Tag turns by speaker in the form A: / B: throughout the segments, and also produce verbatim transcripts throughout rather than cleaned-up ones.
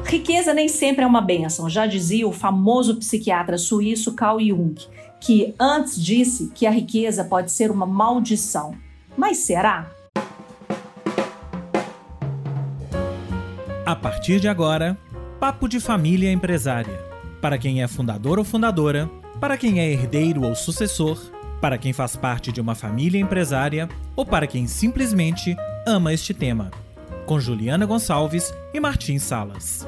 A: Riqueza nem sempre é uma bênção, já dizia o famoso psiquiatra suíço Carl Jung, que antes disse que a riqueza pode ser uma maldição. Mas será?
B: A partir de agora, Papo de Família Empresária. Para quem é fundador ou fundadora, para quem é herdeiro ou sucessor, para quem faz parte de uma família empresária ou para quem simplesmente ama este tema. Com Juliana Gonçalves e Martim Salas.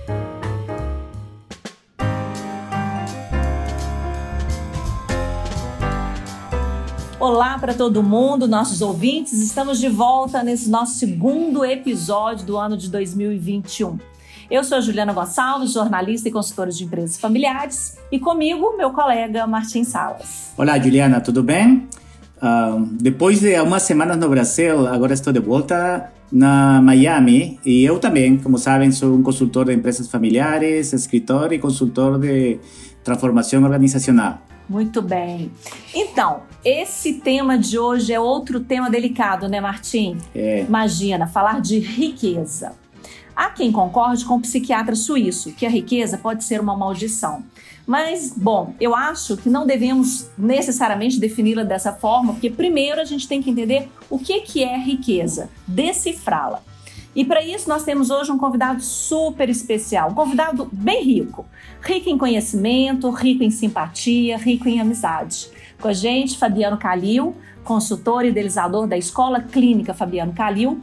A: Olá para todo mundo, nossos ouvintes. Estamos de volta nesse nosso segundo episódio do ano de dois mil e vinte e um. Eu sou a Juliana Gonçalves, jornalista e consultora de empresas familiares, e comigo, meu colega Martim Salas.
C: Olá, Juliana, tudo bem? Uh, depois de algumas semanas no Brasil, agora estou de volta na Miami, e eu também, como sabem, sou um consultor de empresas familiares, escritor e consultor de transformação organizacional.
A: Muito bem. Então, esse tema de hoje é outro tema delicado, né, Martim?
C: É.
A: Imagina, falar de riqueza. Há quem concorde com o psiquiatra suíço, que a riqueza pode ser uma maldição. Mas, bom, eu acho que não devemos necessariamente defini-la dessa forma, porque primeiro a gente tem que entender o que que é riqueza, decifrá-la. E para isso nós temos hoje um convidado super especial, um convidado bem rico. Rico em conhecimento, rico em simpatia, rico em amizade. Com a gente, Fabiano Calil, consultor e idealizador da Escola Clínica Fabiano Calil,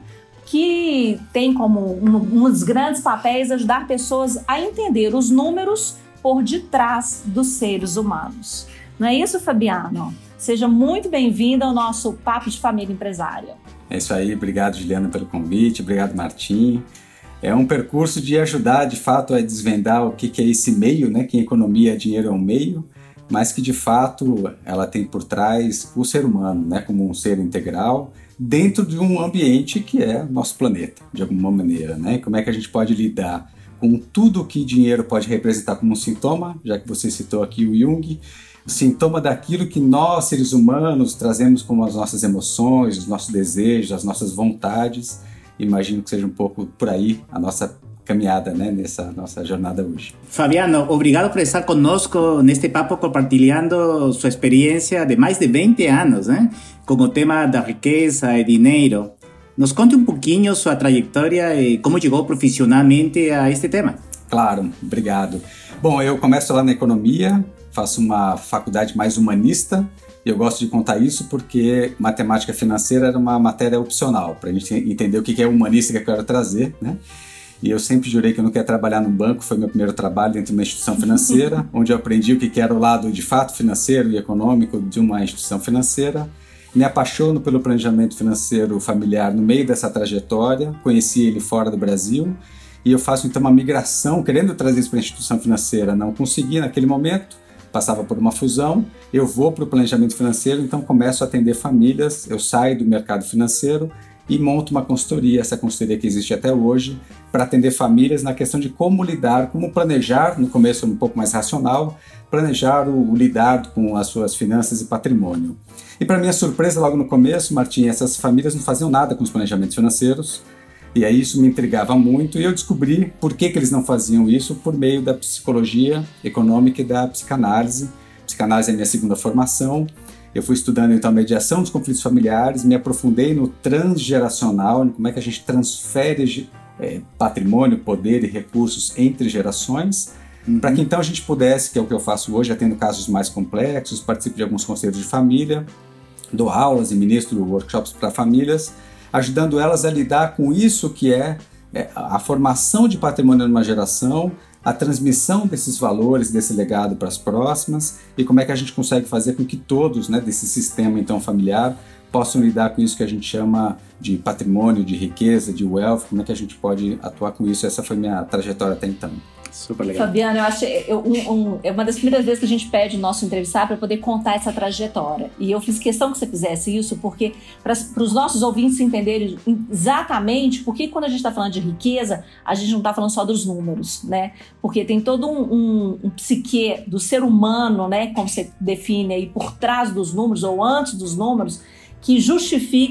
A: que tem como um, um dos grandes papéis ajudar pessoas a entender os números por detrás dos seres humanos. Não é isso, Fabiano? Seja muito bem-vindo ao nosso Papo de Família Empresária.
D: É isso aí, obrigado, Juliana, pelo convite, obrigado, Martim. É um percurso de ajudar, de fato, a desvendar o que, que é esse meio, né? Que em economia, dinheiro é um meio, mas que, de fato, ela tem por trás o ser humano, né? Como um ser integral, dentro de um ambiente que é nosso planeta, de alguma maneira, né? Como é que a gente pode lidar com tudo que dinheiro pode representar como um sintoma, já que você citou aqui o Jung, sintoma daquilo que nós, seres humanos, trazemos como as nossas emoções, os nossos desejos, as nossas vontades. Imagino que seja um pouco por aí a nossa caminhada, né, nessa nossa jornada hoje.
C: Fabiano, obrigado por estar conosco neste papo, compartilhando sua experiência de mais de vinte anos, né, com o tema da riqueza e dinheiro. Nos conte um pouquinho sua trajetória e como chegou profissionalmente a este tema.
D: Claro, obrigado. Bom, eu começo lá na economia, faço uma faculdade mais humanista, e eu gosto de contar isso porque matemática financeira era uma matéria opcional, para a gente entender o que é humanista que eu quero trazer, né? E eu sempre jurei que eu não queria trabalhar num banco, foi meu primeiro trabalho dentro de uma instituição financeira, onde eu aprendi o que era o lado de fato financeiro e econômico de uma instituição financeira. Me apaixono pelo planejamento financeiro familiar no meio dessa trajetória, conheci ele fora do Brasil, e eu faço então uma migração, querendo trazer isso para a instituição financeira, não consegui naquele momento, passava por uma fusão, eu vou para o planejamento financeiro, então começo a atender famílias, eu saio do mercado financeiro e monto uma consultoria, essa consultoria que existe até hoje, para atender famílias na questão de como lidar, como planejar, no começo um pouco mais racional, planejar o, o lidar com as suas finanças e patrimônio. E para minha surpresa, logo no começo, Martim, essas famílias não faziam nada com os planejamentos financeiros, e aí isso me intrigava muito, e eu descobri por que, que eles não faziam isso por meio da psicologia econômica e da psicanálise. Psicanálise é a minha segunda formação. Eu fui estudando então a mediação dos conflitos familiares, me aprofundei no transgeracional, como é que a gente transfere é, patrimônio, poder e recursos entre gerações, uhum. para que então a gente pudesse, que é o que eu faço hoje, atendo casos mais complexos, participo de alguns conselhos de família, dou aulas e ministro workshops para famílias, ajudando elas a lidar com isso que é, é a formação de patrimônio numa geração, a transmissão desses valores, desse legado para as próximas, e como é que a gente consegue fazer com que todos, né, desse sistema então familiar possam lidar com isso que a gente chama de patrimônio, de riqueza, de wealth, como é que a gente pode atuar com isso. Essa foi minha trajetória até então.
C: Super legal.
A: Fabiano, eu acho eu, um, um, é uma das primeiras vezes que a gente pede o nosso entrevistado para poder contar essa trajetória. E eu fiz questão que você fizesse isso, porque para os nossos ouvintes entenderem exatamente por que quando a gente está falando de riqueza, a gente não está falando só dos números, né? Porque tem todo um, um, um psique do ser humano, né? Como você define aí, por trás dos números ou antes dos números, que justifica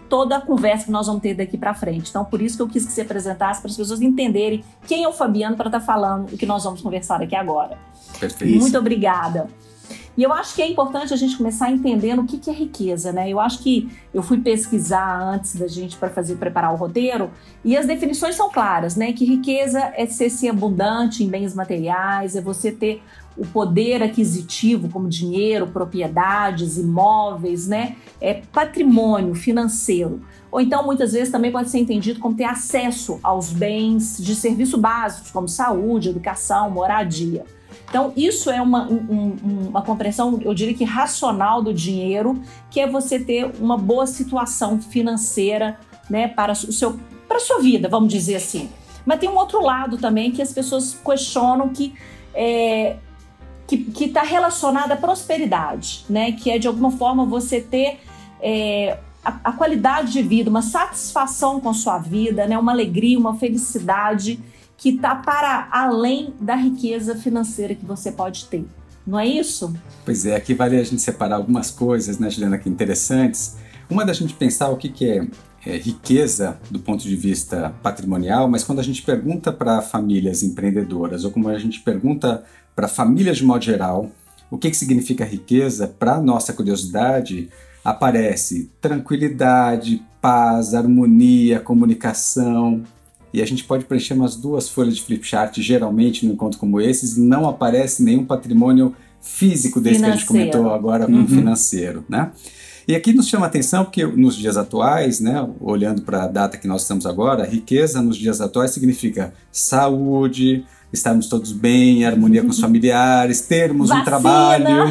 A: toda a conversa que nós vamos ter daqui para frente. Então, por isso que eu quis que você apresentasse, para as pessoas entenderem quem é o Fabiano para estar falando o que nós vamos conversar aqui agora.
D: Perfeito.
A: Muito obrigada. E eu acho que é importante a gente começar entendendo o que, que é riqueza, né? Eu acho que eu fui pesquisar antes da gente para fazer preparar o roteiro e as definições são claras, né? Que riqueza é ser, ser abundante em bens materiais, é você ter o poder aquisitivo como dinheiro, propriedades, imóveis, né? É patrimônio financeiro. Ou então, muitas vezes, também pode ser entendido como ter acesso aos bens de serviço básicos, como saúde, educação, moradia. Então, isso é uma, um, uma compreensão, eu diria que racional do dinheiro, que é você ter uma boa situação financeira, né, para, o seu, para a sua vida, vamos dizer assim. Mas tem um outro lado também que as pessoas questionam que é, que está relacionado à prosperidade, né, que é, de alguma forma, você ter é, a, a qualidade de vida, uma satisfação com a sua vida, né, uma alegria, uma felicidade que está para além da riqueza financeira que você pode ter. Não é isso?
D: Pois é, aqui vale a gente separar algumas coisas, né, Juliana, que interessantes. Uma da gente pensar o que, que é, é riqueza do ponto de vista patrimonial, mas quando a gente pergunta para famílias empreendedoras, ou como a gente pergunta para famílias de modo geral, o que, que significa riqueza, para nossa curiosidade, aparece tranquilidade, paz, harmonia, comunicação. E a gente pode preencher umas duas folhas de flip chart, geralmente, num encontro como esses, e não aparece nenhum patrimônio físico desse financeiro. Que a gente comentou agora, uhum. financeiro, né? E aqui nos chama a atenção porque nos dias atuais, né, olhando para a data que nós estamos agora, riqueza nos dias atuais significa saúde, estarmos todos bem, harmonia com os familiares, termos
A: Vacina.
D: um trabalho.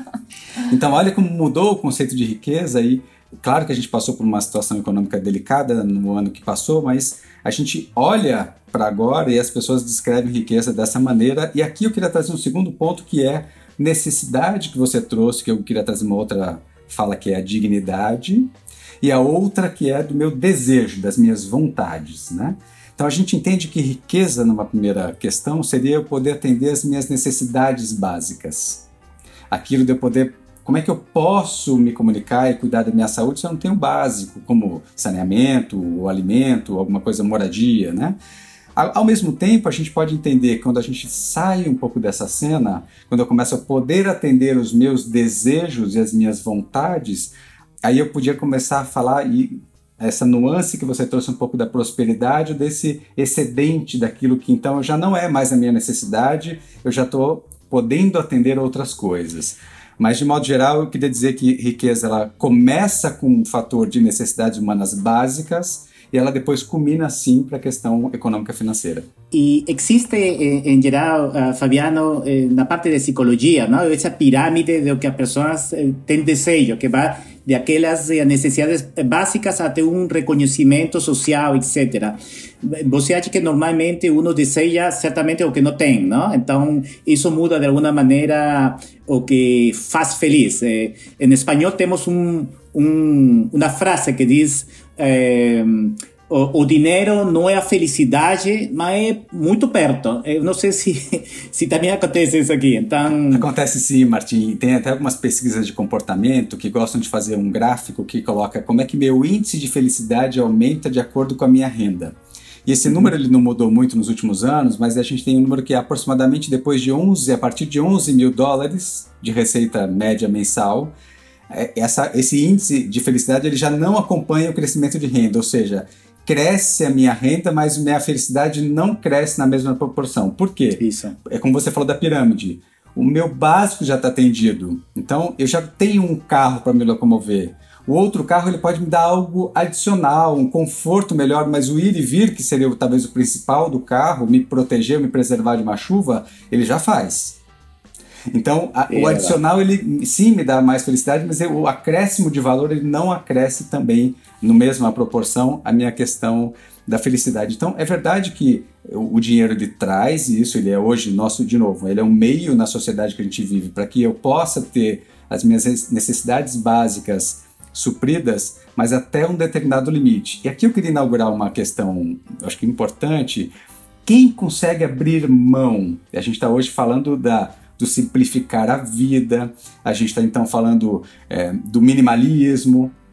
D: Então, olha como mudou o conceito de riqueza e claro que a gente passou por uma situação econômica delicada no ano que passou, mas a gente olha para agora e as pessoas descrevem riqueza dessa maneira. E aqui eu queria trazer um segundo ponto, que é necessidade, que você trouxe, que eu queria trazer uma outra fala, que é a dignidade, e a outra que é do meu desejo, das minhas vontades, né? Então a gente entende que riqueza, numa primeira questão, seria eu poder atender as minhas necessidades básicas. Aquilo de eu poder... Como é que eu posso me comunicar e cuidar da minha saúde se eu não tenho o básico, como saneamento, ou alimento, alguma coisa, moradia, né? Ao mesmo tempo, a gente pode entender que quando a gente sai um pouco dessa cena, quando eu começo a poder atender os meus desejos e as minhas vontades, aí eu podia começar a falar, e essa nuance que você trouxe um pouco da prosperidade, desse excedente daquilo que então já não é mais a minha necessidade, eu já estou podendo atender outras coisas. Mas, de modo geral, eu queria dizer que riqueza ela começa com um fator de necessidades humanas básicas e ela depois culmina, sim, para a questão econômica financeira.
C: E existe, em geral, uh, Fabiano, eh, na parte de psicologia, não? Essa pirâmide do que as pessoas eh, têm desejo, que vai de aquelas eh, necessidades básicas até um reconhecimento social, etcétera. Você acha que normalmente uno deseja certamente o que não tem, não? Então, isso muda de alguma maneira o que faz feliz. Eh, em espanhol temos um, um, uma frase que diz... Eh, o, o dinheiro não é a felicidade, mas é muito perto. Eu não sei se, se também acontece isso aqui. Então...
D: Acontece sim, Martim. Tem até algumas pesquisas de comportamento que gostam de fazer um gráfico que coloca como é que meu índice de felicidade aumenta de acordo com a minha renda. E esse número ele não mudou muito nos últimos anos, mas a gente tem um número que é aproximadamente depois de onze, a partir de onze mil dólares de receita média mensal, essa, esse índice de felicidade ele já não acompanha o crescimento de renda, ou seja, cresce a minha renda, mas minha felicidade não cresce na mesma proporção. Por quê?
C: Isso.
D: É como você falou da pirâmide. O meu básico já está atendido, então eu já tenho um carro para me locomover. O outro carro ele pode me dar algo adicional, um conforto melhor, mas o ir e vir, que seria talvez o principal do carro, me proteger, me preservar de uma chuva, ele já faz. Então, a, é, o adicional, ele sim me dá mais felicidade, mas eu, o acréscimo de valor, ele não acresce também, no mesma proporção, a minha questão da felicidade. Então, é verdade que o, o dinheiro, ele traz isso, ele é hoje nosso, de novo, ele é um meio na sociedade que a gente vive, para que eu possa ter as minhas necessidades básicas supridas, mas até um determinado limite. E aqui eu queria inaugurar uma questão, acho que importante. Quem consegue abrir mão? A gente está hoje falando da, do simplificar a vida, a gente está então falando é, do minimalismo.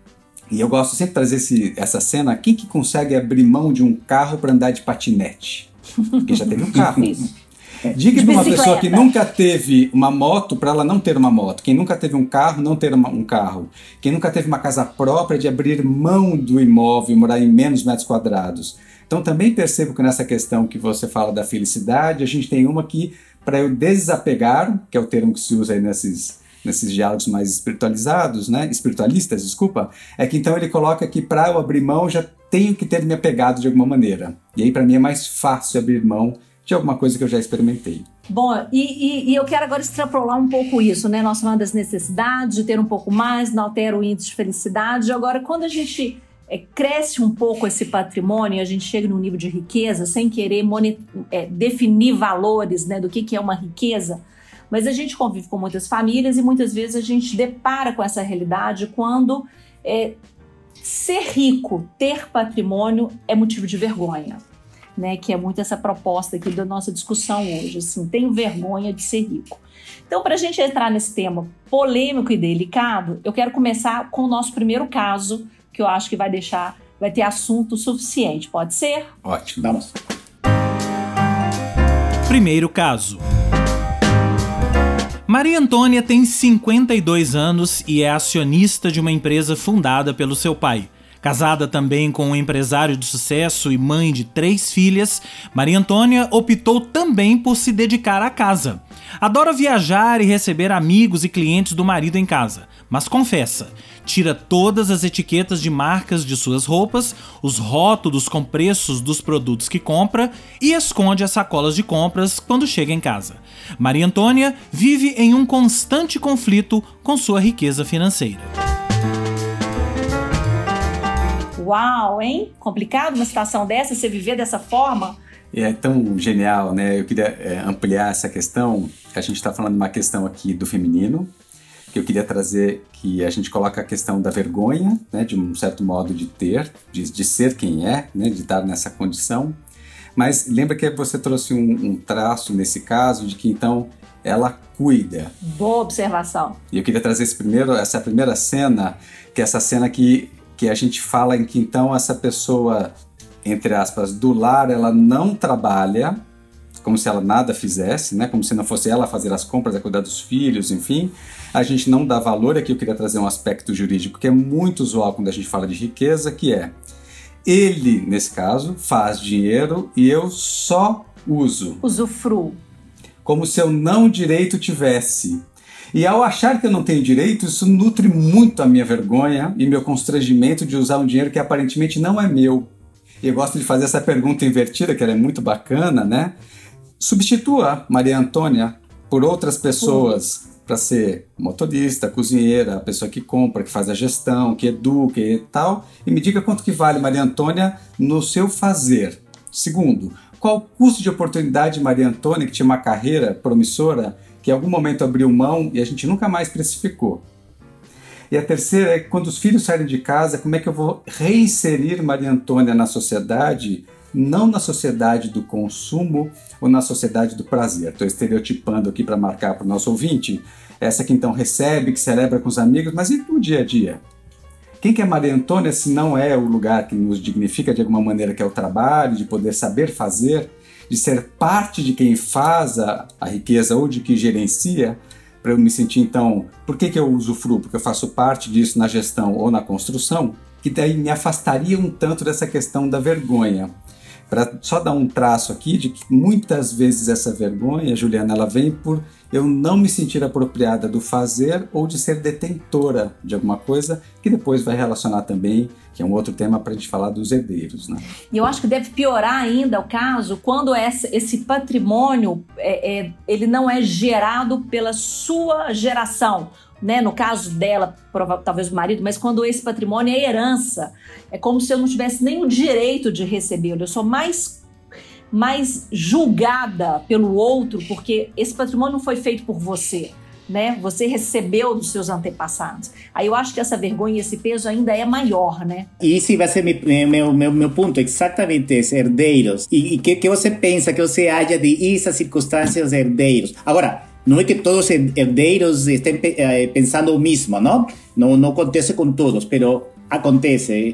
D: E eu gosto sempre de trazer esse, essa cena, quem que consegue abrir mão de um carro para andar de patinete? Quem já teve um carro. Diga para uma pessoa que nunca teve uma moto, para ela não ter uma moto. Quem nunca teve um carro, não ter uma, um carro. Quem nunca teve uma casa própria, de abrir mão do imóvel e morar em menos metros quadrados. Então também percebo que nessa questão que você fala da felicidade, a gente tem uma que, para eu desapegar, que é o termo que se usa aí nesses, nesses diálogos mais espiritualizados, né? espiritualistas, desculpa, é que então ele coloca que para eu abrir mão, já tenho que ter me apegado de alguma maneira. E aí para mim é mais fácil abrir mão de alguma coisa que eu já experimentei.
A: Bom, e, e, e eu quero agora extrapolar um pouco isso, né? Nós falamos das necessidades de ter um pouco mais, não altera o índice de felicidade. Agora, quando a gente é, cresce um pouco esse patrimônio, a gente chega num nível de riqueza, sem querer monet- é, definir valores, né, do que, que é uma riqueza, mas a gente convive com muitas famílias e muitas vezes a gente depara com essa realidade quando é, ser rico, ter patrimônio é motivo de vergonha. Né, que é muito essa proposta aqui da nossa discussão hoje, assim, tenho vergonha de ser rico. Então, para a gente entrar nesse tema polêmico e delicado, eu quero começar com o nosso primeiro caso, que eu acho que vai deixar, vai ter assunto suficiente, pode ser?
D: Ótimo.
C: Vamos.
B: Primeiro caso. Maria Antônia tem cinquenta e dois anos e é acionista de uma empresa fundada pelo seu pai. Casada também com um empresário de sucesso e mãe de três filhas, Maria Antônia optou também por se dedicar à casa. Adora viajar e receber amigos e clientes do marido em casa, mas confessa, tira todas as etiquetas de marcas de suas roupas, os rótulos com preços dos produtos que compra e esconde as sacolas de compras quando chega em casa. Maria Antônia vive em um constante conflito com sua riqueza financeira.
A: Uau, hein? Complicado uma situação dessa, você viver dessa forma?
D: É tão genial, né? Eu queria é, ampliar essa questão. A gente está falando de uma questão aqui do feminino, que eu queria trazer que a gente coloca a questão da vergonha, né? De um certo modo de ter, de, de ser quem é, né? De estar nessa condição. Mas lembra que você trouxe um, um traço nesse caso de que então ela cuida.
A: Boa observação.
D: E eu queria trazer esse primeiro, essa primeira cena, que é essa cena que que a gente fala em que então essa pessoa, entre aspas, do lar, ela não trabalha, como se ela nada fizesse, né? Como se não fosse ela fazer as compras, a cuidar dos filhos, enfim. A gente não dá valor. Aqui eu queria trazer um aspecto jurídico que é muito usual quando a gente fala de riqueza, que é ele, nesse caso, faz dinheiro e eu só uso.
A: Usufruo.
D: Como se eu não direito tivesse. E ao achar que eu não tenho direito, isso nutre muito a minha vergonha e meu constrangimento de usar um dinheiro que aparentemente não é meu. E eu gosto de fazer essa pergunta invertida, que ela é muito bacana, né? Substitua Maria Antônia por outras pessoas uhum. para ser motorista, cozinheira, a pessoa que compra, que faz a gestão, que educa e tal, e me diga quanto que vale Maria Antônia no seu fazer. Segundo, qual o custo de oportunidade de Maria Antônia, que tinha uma carreira promissora, que em algum momento abriu mão e a gente nunca mais precificou. E a terceira é que quando os filhos saírem de casa, como é que eu vou reinserir Maria Antônia na sociedade, não na sociedade do consumo ou na sociedade do prazer. Estou estereotipando aqui para marcar para o nosso ouvinte, essa que então recebe, que celebra com os amigos, mas e no dia a dia? Quem que é Maria Antônia se não é o lugar que nos dignifica de alguma maneira, que é o trabalho, de poder saber fazer, de ser parte de quem faz a, a riqueza ou de que gerencia, para eu me sentir, então, por que, que eu usufruo? Porque eu faço parte disso na gestão ou na construção, que daí me afastaria um tanto dessa questão da vergonha. Para só dar um traço aqui de que muitas vezes essa vergonha, Juliana, ela vem por eu não me sentir apropriada do fazer ou de ser detentora de alguma coisa, que depois vai relacionar também, que é um outro tema para a gente falar dos herdeiros, né?
A: E eu acho que deve piorar ainda o caso quando essa, esse patrimônio é, é, ele não é gerado pela sua geração, né? No caso dela, talvez o marido, mas quando esse patrimônio é herança, é como se eu não tivesse nem o direito de recebê-lo, eu sou mais mais julgada pelo outro, porque esse patrimônio não foi feito por você, né? Você recebeu dos seus antepassados. Aí eu acho que essa vergonha e esse peso ainda é maior, né?
C: E esse vai ser meu, meu, meu ponto, exatamente esse, herdeiros. E o que, que você pensa, que você acha de essas circunstâncias herdeiros? Agora, não é que todos os herdeiros estén pensando o mesmo, não? Não, não acontece com todos, pero acontece.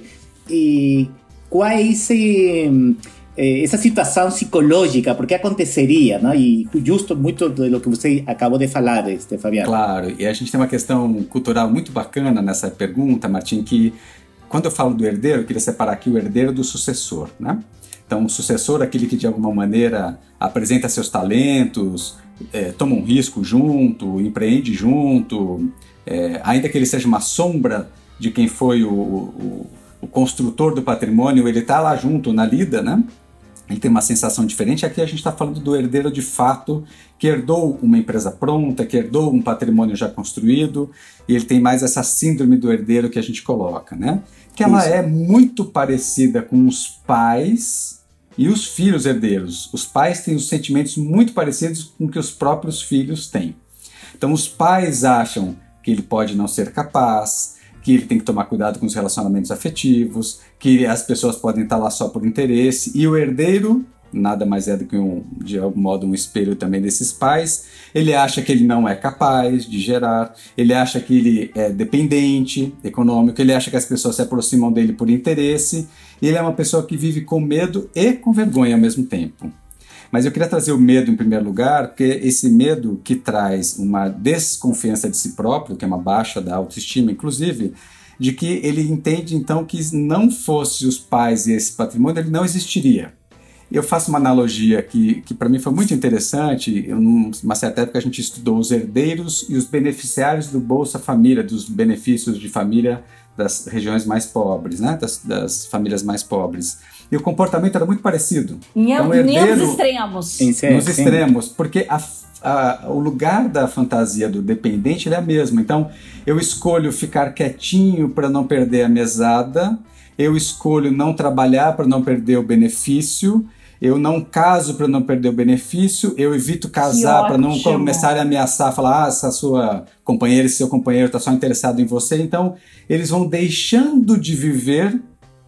C: E qual é esse, essa situação psicológica, por que aconteceria, não? E justo muito do que você acabou de falar, este, Fabiano.
D: Claro, e a gente tem uma questão cultural muito bacana nessa pergunta, Martim, que quando eu falo do herdeiro, eu queria separar aqui o herdeiro do sucessor, né? Então, o sucessor é aquele que, de alguma maneira, apresenta seus talentos, é, toma um risco junto, empreende junto, é, ainda que ele seja uma sombra de quem foi o, o, o construtor do patrimônio, ele está lá junto na lida, né? Ele tem uma sensação diferente. Aqui a gente está falando do herdeiro de fato, que herdou uma empresa pronta, que herdou um patrimônio já construído, e ele tem mais essa síndrome do herdeiro que a gente coloca, né? Que ela Isso. é muito parecida com os pais e os filhos herdeiros. Os pais têm os sentimentos muito parecidos com que os próprios filhos têm. Então os pais acham que ele pode não ser capaz, que ele tem que tomar cuidado com os relacionamentos afetivos, que as pessoas podem estar lá só por interesse, e o herdeiro nada mais é do que, um, de algum modo, um espelho também desses pais. Ele acha que ele não é capaz de gerar, ele acha que ele é dependente econômico, ele acha que as pessoas se aproximam dele por interesse, e ele é uma pessoa que vive com medo e com vergonha ao mesmo tempo. Mas eu queria trazer o medo em primeiro lugar, porque esse medo que traz uma desconfiança de si próprio, que é uma baixa da autoestima, inclusive, de que ele entende então que não fosse os pais e esse patrimônio, ele não existiria. Eu faço uma analogia que, que para mim foi muito interessante. Em uma certa época a gente estudou os herdeiros e os beneficiários do Bolsa Família, dos benefícios de família das regiões mais pobres, né? das, das famílias mais pobres. E o comportamento era muito parecido.
A: Em então, herdeiro, nos extremos.
C: Em sério,
D: nos extremos, porque a, a, o lugar da fantasia do dependente ele é a mesma. Então, eu escolho ficar quietinho para não perder a mesada, eu escolho não trabalhar para não perder o benefício, eu não caso para não perder o benefício, eu evito casar para não começar a ameaçar, falar, ah, essa sua companheira, esse seu companheiro está só interessado em você. Então, eles vão deixando de viver,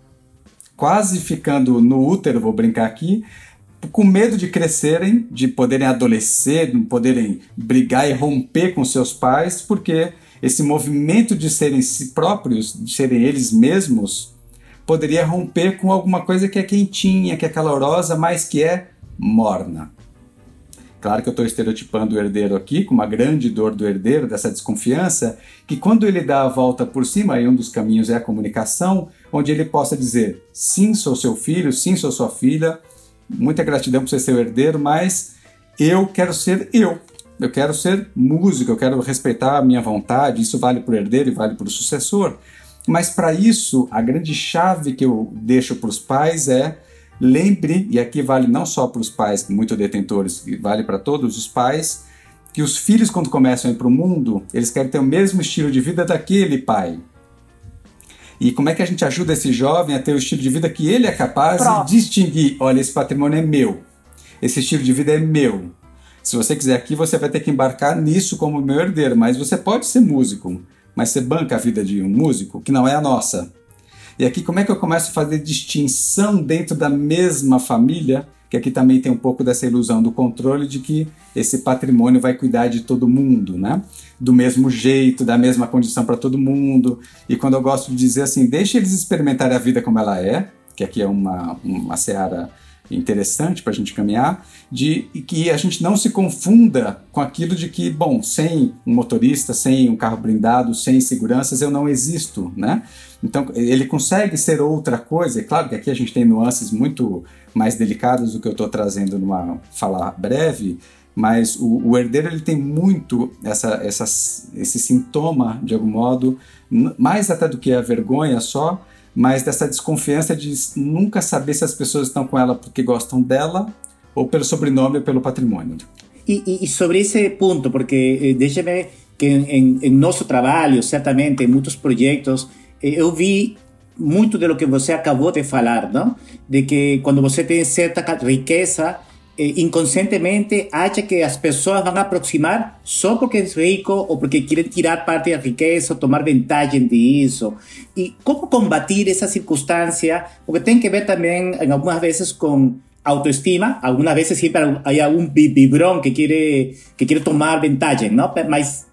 D: quase ficando no útero, vou brincar aqui, com medo de crescerem, de poderem adolescer, de poderem brigar e romper com seus pais, porque esse movimento de serem si próprios, de serem eles mesmos, poderia romper com alguma coisa que é quentinha, que é calorosa, mas que é morna. Claro que eu estou estereotipando o herdeiro aqui, com uma grande dor do herdeiro, dessa desconfiança, que quando ele dá a volta por cima, aí um dos caminhos é a comunicação, onde ele possa dizer, sim, sou seu filho, sim, sou sua filha, muita gratidão por você ser o herdeiro, mas eu quero ser eu. Eu quero ser músico, eu quero respeitar a minha vontade, isso vale para o herdeiro e vale para o sucessor. Mas para isso, a grande chave que eu deixo para os pais é, lembre, e aqui vale não só para os pais muito detentores, vale para todos os pais, que os filhos quando começam a ir para o mundo, eles querem ter o mesmo estilo de vida daquele pai. E como é que a gente ajuda esse jovem a ter o estilo de vida que ele é capaz Pronto. de distinguir? Olha, esse patrimônio é meu, esse estilo de vida é meu. Se você quiser aqui, você vai ter que embarcar nisso como meu herdeiro, mas você pode ser músico, mas você banca a vida de um músico que não é a nossa. E aqui como é que eu começo a fazer distinção dentro da mesma família, que aqui também tem um pouco dessa ilusão do controle de que esse patrimônio vai cuidar de todo mundo, né? Do mesmo jeito, da mesma condição para todo mundo. E quando eu gosto de dizer assim, deixa eles experimentarem a vida como ela é, que aqui é uma, uma seara interessante para a gente caminhar, de que a gente não se confunda com aquilo de que, bom, sem um motorista, sem um carro blindado, sem seguranças, eu não existo, né? Então, ele consegue ser outra coisa, é claro que aqui a gente tem nuances muito mais delicadas do que eu estou trazendo numa fala breve, mas o, o herdeiro ele tem muito essa, essa, esse sintoma, de algum modo, mais até do que a vergonha só, mas dessa desconfiança de nunca saber se as pessoas estão com ela porque gostam dela ou pelo sobrenome ou pelo patrimônio.
C: E, e sobre esse ponto, porque eh, deixa-me que em, em nosso trabalho, certamente, em muitos projetos, eh, eu vi muito de lo que você acabou de falar, não? De que quando você tem certa riqueza, eh, inconscientemente acha que as pessoas vão aproximar só porque é rico ou porque querem tirar parte da riqueza ou tomar vantagem disso. E como combater essa circunstância? Porque tem que ver também, em algumas vezes, com autoestima. Algumas vezes sempre há algum vibrón que quiere, que quiere tomar vantagem, não? Mas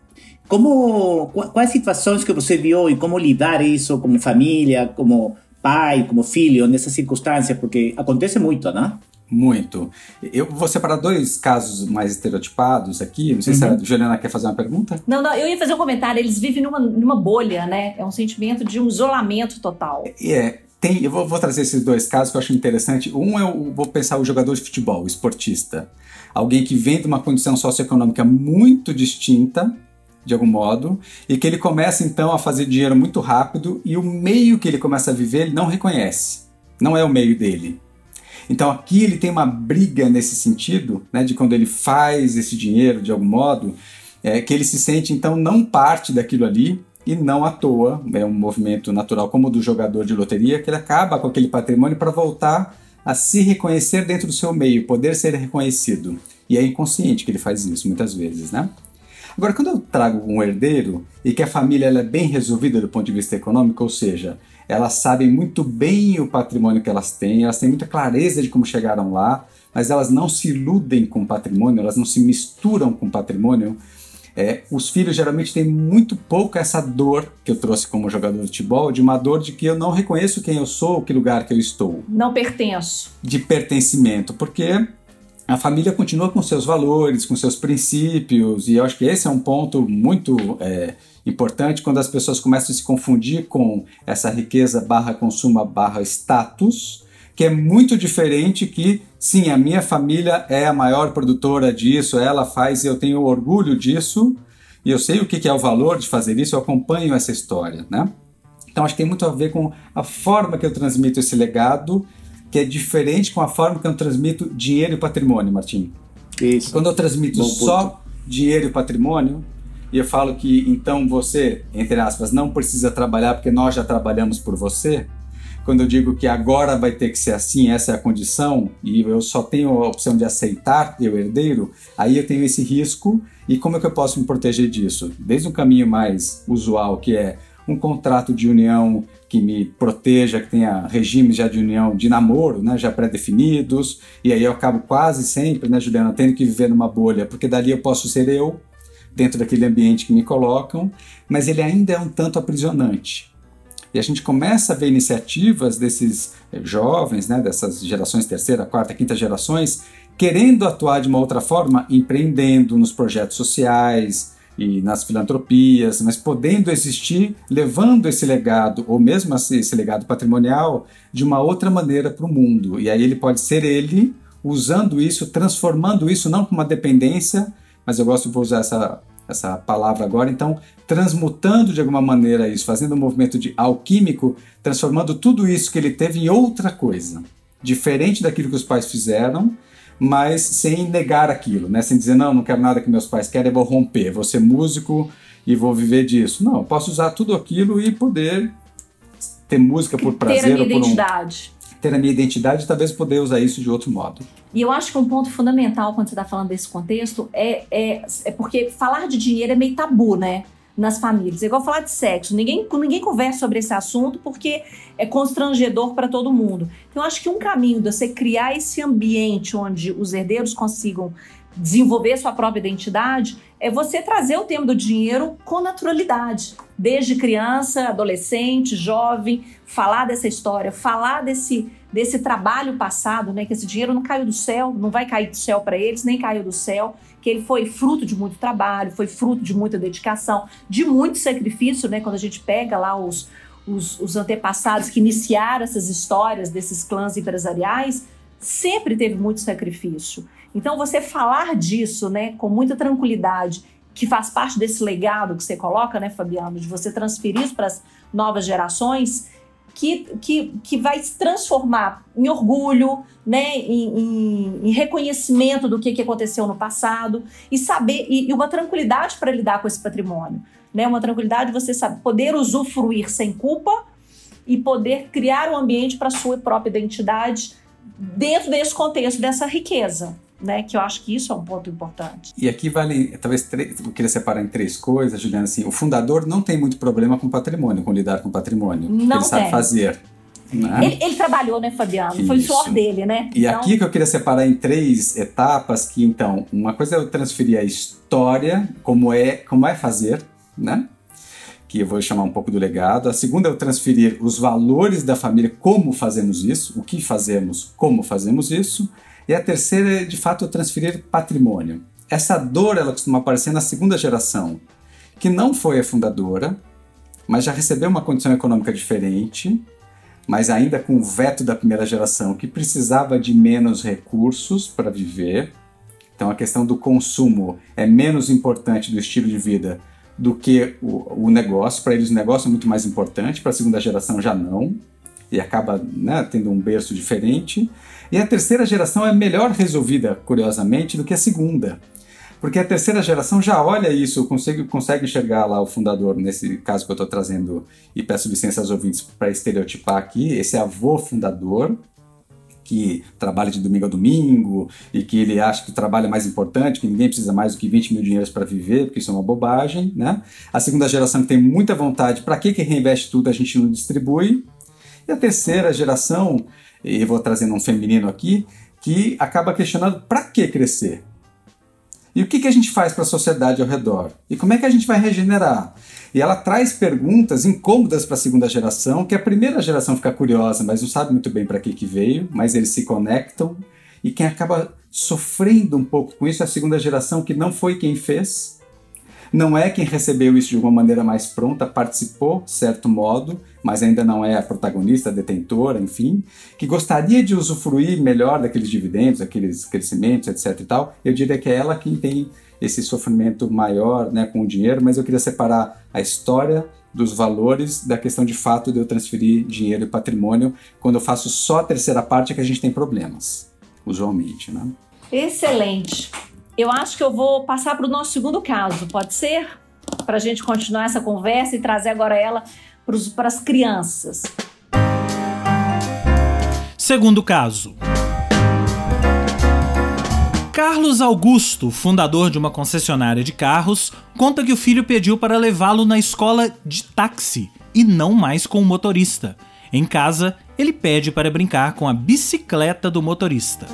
C: como, quais situações que você viu e como lidar isso como família, como pai, como filho, nessas circunstâncias? Porque acontece muito, né?
D: Muito. Eu vou separar dois casos mais estereotipados aqui. Não sei uhum. se a Juliana quer fazer uma pergunta.
A: Não, não, eu ia fazer um comentário. Eles vivem numa, numa bolha, né? É um sentimento de um isolamento total.
D: É, tem, eu vou, vou trazer esses dois casos que eu acho interessante. Um é, o, vou pensar o jogador de futebol, o esportista. Alguém que vem de uma condição socioeconômica muito distinta, de algum modo, e que ele começa então a fazer dinheiro muito rápido e o meio que ele começa a viver ele não reconhece. Não é o meio dele. Então aqui ele tem uma briga nesse sentido, né, de quando ele faz esse dinheiro de algum modo, é, que ele se sente então não parte daquilo ali e não à toa, é um movimento natural como o do jogador de loteria, que ele acaba com aquele patrimônio para voltar a se reconhecer dentro do seu meio, poder ser reconhecido. E é inconsciente que ele faz isso muitas vezes, né? Agora, quando eu trago um herdeiro e que a família ela é bem resolvida do ponto de vista econômico, ou seja, elas sabem muito bem o patrimônio que elas têm, elas têm muita clareza de como chegaram lá, mas elas não se iludem com o patrimônio, elas não se misturam com o patrimônio. É, os filhos geralmente têm muito pouco essa dor que eu trouxe como jogador de futebol, de uma dor de que eu não reconheço quem eu sou, que lugar que eu estou.
A: Não pertenço.
D: De pertencimento, porque a família continua com seus valores, com seus princípios, e eu acho que esse é um ponto muito é, importante quando as pessoas começam a se confundir com essa riqueza barra consumo barra status, que é muito diferente que, sim, a minha família é a maior produtora disso, ela faz e eu tenho orgulho disso, e eu sei o que é o valor de fazer isso, eu acompanho essa história, né? Então acho que tem muito a ver com a forma que eu transmito esse legado, que é diferente com a forma que eu transmito dinheiro e patrimônio, Martim.
C: Isso.
D: Quando eu transmito
C: Bom
D: só
C: ponto.
D: dinheiro e patrimônio, e eu falo que então você, entre aspas, não precisa trabalhar porque nós já trabalhamos por você, quando eu digo que agora vai ter que ser assim, essa é a condição, e eu só tenho a opção de aceitar, eu herdeiro, aí eu tenho esse risco, e como é que eu posso me proteger disso? Desde um caminho mais usual, que é um contrato de união que me proteja, que tenha regimes já de união de namoro, né, já pré-definidos, e aí eu acabo quase sempre, né, Juliana, tendo que viver numa bolha, porque dali eu posso ser eu, dentro daquele ambiente que me colocam, mas ele ainda é um tanto aprisionante. E a gente começa a ver iniciativas desses jovens, né, dessas gerações terceira, quarta, quinta gerações, querendo atuar de uma outra forma, empreendendo nos projetos sociais e nas filantropias, mas podendo existir, levando esse legado, ou mesmo esse legado patrimonial, de uma outra maneira para o mundo. E aí ele pode ser ele, usando isso, transformando isso, não como uma dependência, mas eu gosto de usar essa, essa palavra agora, então, transmutando de alguma maneira isso, fazendo um movimento de alquímico, transformando tudo isso que ele teve em outra coisa, diferente daquilo que os pais fizeram, mas sem negar aquilo, né? Sem dizer, não, não quero nada que meus pais querem, eu vou romper, vou ser músico e vou viver disso. Não, eu posso usar tudo aquilo e poder ter música por prazer.
A: Ter a minha
D: ou por
A: identidade.
D: Um, ter a minha identidade e talvez poder usar isso de outro modo.
A: E eu acho que um ponto fundamental quando você está falando desse contexto é, é, é porque falar de dinheiro é meio tabu, né? Nas famílias. É igual falar de sexo. Ninguém, ninguém conversa sobre esse assunto porque é constrangedor para todo mundo. Então, eu acho que um caminho de você criar esse ambiente onde os herdeiros consigam desenvolver sua própria identidade é você trazer o tema do dinheiro com naturalidade. Desde criança, adolescente, jovem, falar dessa história, falar desse, desse trabalho passado, né? Que esse dinheiro não caiu do céu, não vai cair do céu para eles, nem caiu do céu, que ele foi fruto de muito trabalho, foi fruto de muita dedicação, de muito sacrifício, né? Quando a gente pega lá os, os, os antepassados que iniciaram essas histórias desses clãs empresariais, sempre teve muito sacrifício. Então, você falar disso, né, com muita tranquilidade, que faz parte desse legado que você coloca, né, Fabiano, de você transferir isso para as novas gerações, que, que, que vai se transformar em orgulho, né, em, em, em reconhecimento do que, que aconteceu no passado e saber e, e uma tranquilidade para lidar com esse patrimônio, né, uma tranquilidade de você saber, poder usufruir sem culpa e poder criar um ambiente para a sua própria identidade dentro desse contexto, dessa riqueza. Né, que eu acho que isso é um ponto importante.
D: E aqui vale, talvez, três, eu queria separar em três coisas, Juliana, assim, o fundador não tem muito problema com patrimônio, com lidar com patrimônio,
A: não
D: ele
A: tem.
D: sabe fazer. Né?
A: Ele, ele trabalhou, né, Fabiano? Isso. Foi o suor dele, né?
D: E
A: então...
D: aqui que eu queria separar em três etapas, que então, uma coisa é eu transferir a história, como é, como é fazer, né? Que eu vou chamar um pouco do legado. A segunda é o transferir os valores da família, como fazemos isso, o que fazemos, como fazemos isso. E a terceira é, de fato, o transferir patrimônio. Essa dor, ela costuma aparecer na segunda geração, que não foi a fundadora, mas já recebeu uma condição econômica diferente, mas ainda com o veto da primeira geração, que precisava de menos recursos para viver. Então a questão do consumo é menos importante do estilo de vida do que o, o negócio. Para eles o negócio é muito mais importante, para a segunda geração já não, e acaba, né, tendo um berço diferente. E a terceira geração é melhor resolvida, curiosamente, do que a segunda. Porque a terceira geração já olha isso, consegue, consegue enxergar lá o fundador, nesse caso que eu estou trazendo, e peço licença aos ouvintes para estereotipar aqui, esse avô fundador, que trabalha de domingo a domingo, e que ele acha que o trabalho é mais importante, que ninguém precisa mais do que vinte mil dinheiros para viver, porque isso é uma bobagem, né? A segunda geração que tem muita vontade, para que que reinveste tudo, a gente não distribui. E a terceira geração, e eu vou trazendo um feminino aqui, que acaba questionando para que crescer? E o que, que a gente faz para a sociedade ao redor? E como é que a gente vai regenerar? E ela traz perguntas incômodas para a segunda geração, que a primeira geração fica curiosa, mas não sabe muito bem para que, que veio, mas eles se conectam. E quem acaba sofrendo um pouco com isso é a segunda geração, que não foi quem fez, não é quem recebeu isso de uma maneira mais pronta, participou, de certo modo, mas ainda não é a protagonista, a detentora, enfim, que gostaria de usufruir melhor daqueles dividendos, aqueles crescimentos, etc e tal. Eu diria que é ela quem tem esse sofrimento maior, né, com o dinheiro, mas eu queria separar a história dos valores da questão de fato de eu transferir dinheiro e patrimônio. Quando eu faço só a terceira parte é que a gente tem problemas, usualmente, né?
A: Excelente. Eu acho que eu vou passar para o nosso segundo caso, pode ser? Para a gente continuar essa conversa e trazer agora ela para as crianças.
B: Segundo caso. Carlos Augusto, fundador de uma concessionária de carros, conta que o filho pediu para levá-lo na escola de táxi e não mais com o motorista. Em casa, ele pede para brincar com a bicicleta do motorista.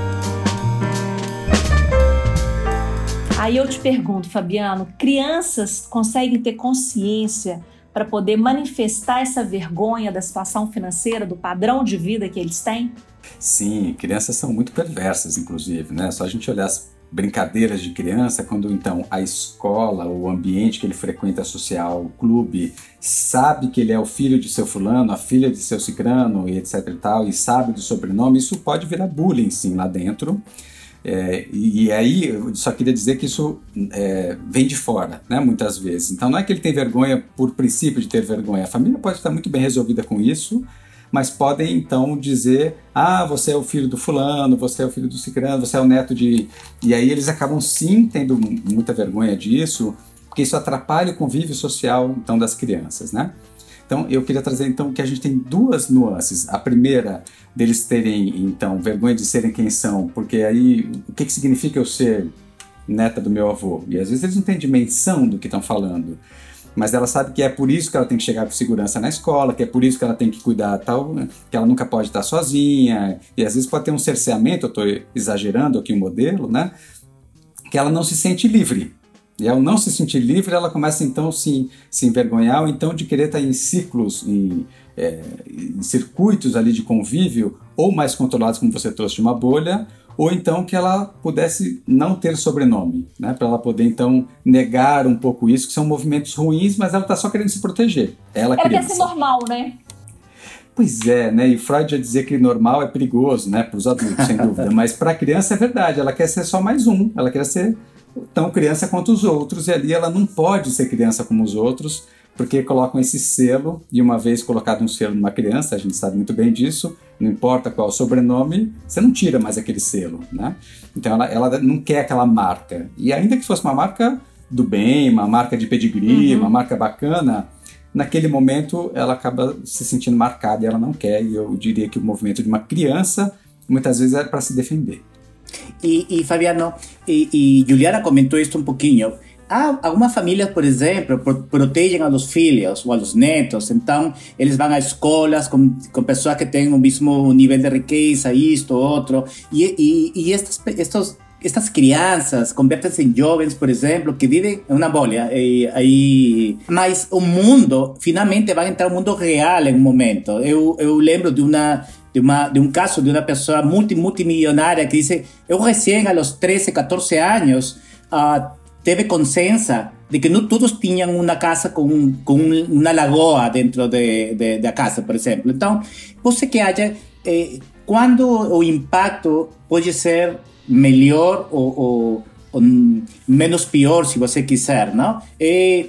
A: Aí eu te pergunto, Fabiano, crianças conseguem ter consciência para poder manifestar essa vergonha da situação financeira, do padrão de vida que eles têm?
D: Sim, crianças são muito perversas, inclusive, né? Só a gente olhar as brincadeiras de criança, quando então a escola, o ambiente que ele frequenta social, o clube, sabe que ele é o filho de seu fulano, a filha de seu cicrano, e etc e tal, e sabe do sobrenome, isso pode virar bullying, sim, lá dentro. É, e, e aí, eu só queria dizer que isso é, vem de fora, né, muitas vezes. Então não é que ele tem vergonha por princípio de ter vergonha. A família pode estar muito bem resolvida com isso, mas podem então dizer: ah, você é o filho do fulano, você é o filho do cicrano, você é o neto de... E aí eles acabam sim tendo muita vergonha disso, porque isso atrapalha o convívio social então das crianças, né? Então, eu queria trazer, então, que a gente tem duas nuances. A primeira, deles terem, então, vergonha de serem quem são, porque aí, o que, que significa eu ser neta do meu avô? E às vezes eles não têm dimensão do que estão falando, mas ela sabe que é por isso que ela tem que chegar com segurança na escola, que é por isso que ela tem que cuidar tal, né? Que ela nunca pode estar sozinha, e às vezes pode ter um cerceamento, eu estou exagerando aqui o modelo, né? Que ela não se sente livre. E ao não se sentir livre, ela começa então a se, se envergonhar, ou então de querer estar em ciclos, em, é, em circuitos ali de convívio, ou mais controlados, como você trouxe, de uma bolha, ou então que ela pudesse não ter sobrenome, né? Para ela poder então negar um pouco isso, que são movimentos ruins, mas ela está só querendo se proteger. Ela,
A: ela
D: criança.
A: quer ser normal, né?
D: Pois é, né? E Freud ia dizer que normal é perigoso, né? Para os adultos, sem dúvida, mas para a criança é verdade, ela quer ser só mais um, ela quer ser tão criança quanto os outros, e ali ela não pode ser criança como os outros, porque colocam esse selo, e uma vez colocado um selo numa criança, a gente sabe muito bem disso, não importa qual o sobrenome, você não tira mais aquele selo, né? Então ela, ela não quer aquela marca, e ainda que fosse uma marca do bem, uma marca de pedigree, uhum. uma marca bacana, naquele momento ela acaba se sentindo marcada e ela não quer, e eu diria que o movimento de uma criança muitas vezes é para se defender.
C: Y, y Fabiano, y, y Juliana comentó esto un poquinho. Ah, algumas famílias, por exemplo, pro, protegem a los filhos ou a los netos, então eles vão a escolas com, com pessoas que têm o mesmo nível de riqueza, isto, outro, e, e, e estas, estos, estas crianças convertem-se em jovens, por exemplo, que vivem em uma bolha. E, aí, mas o mundo, finalmente, vai entrar no mundo real em um momento. Eu, eu lembro de, uma, de, uma, de um caso de uma pessoa multi, multimilionária que disse, eu recém, aos treze, catorze anos, uh, teve consciência de que não todos tinham uma casa com, com uma lagoa dentro de, de, da casa, por exemplo. Então, você que acha, eh, quando o impacto pode ser melhor ou, ou, ou menos pior, se você quiser, não? É,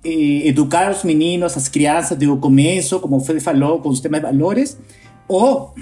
C: é educar os meninos, as crianças, do começo, como você falou, com os temas de valores, ou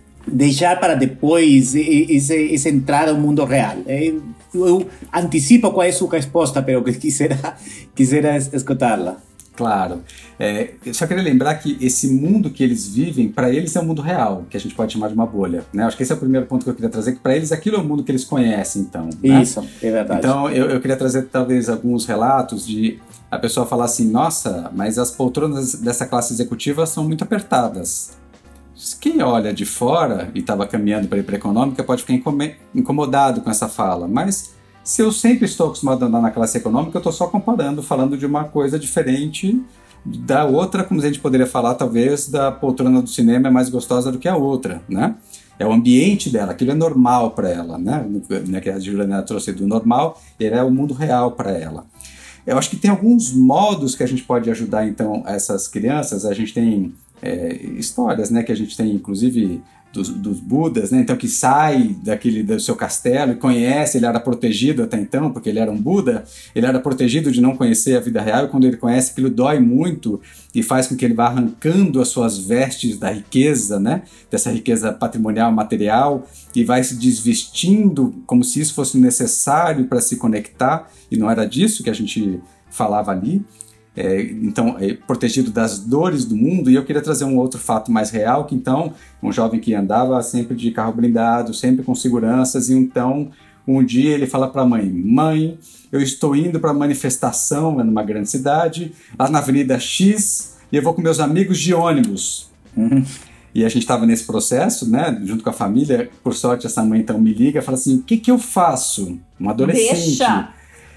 C: deixar para depois essa, essa entrada no mundo real. É, eu antecipo qual é a sua resposta, mas eu quisera, quisera escutá-la.
D: Claro. É, eu só queria lembrar que esse mundo que eles vivem, para eles é um mundo real, que a gente pode chamar de uma bolha, né? Acho que esse é o primeiro ponto que eu queria trazer, que para eles aquilo é o mundo que eles conhecem, então. Né?
C: Isso, é verdade.
D: Então, eu, eu queria trazer talvez alguns relatos de a pessoa falar assim, nossa, mas as poltronas dessa classe executiva são muito apertadas. Quem olha de fora e estava caminhando para ir para a econômica pode ficar incomodado com essa fala, mas se eu sempre estou acostumado a andar na classe econômica, eu estou só comparando, falando de uma coisa diferente da outra, como a gente poderia falar, talvez, da poltrona do cinema é mais gostosa do que a outra, né? É o ambiente dela, aquilo é normal para ela, né? Que a Juliana trouxe do normal, ele é o mundo real para ela. Eu acho que tem alguns modos que a gente pode ajudar, então, essas crianças. A gente tem é, histórias, né, que a gente tem, inclusive, dos, dos Budas, né, então, que sai daquele, do seu castelo e conhece, ele era protegido até então, porque ele era um Buda, ele era protegido de não conhecer a vida real, e quando ele conhece, aquilo dói muito e faz com que ele vá arrancando as suas vestes da riqueza, né, dessa riqueza patrimonial, material, e vai se desvestindo como se isso fosse necessário para se conectar, e não era disso que a gente falava ali. É, então, é, protegido das dores do mundo. E eu queria trazer um outro fato mais real, que então, um jovem que andava sempre de carro blindado, sempre com seguranças, e então, um dia ele fala para a mãe, mãe, eu estou indo para a manifestação numa grande cidade, lá na Avenida X, e eu vou com meus amigos de ônibus. Uhum. E a gente estava nesse processo, né, junto com a família. Por sorte, essa mãe então me liga e fala assim, o que que eu faço? Um adolescente.
A: Deixa!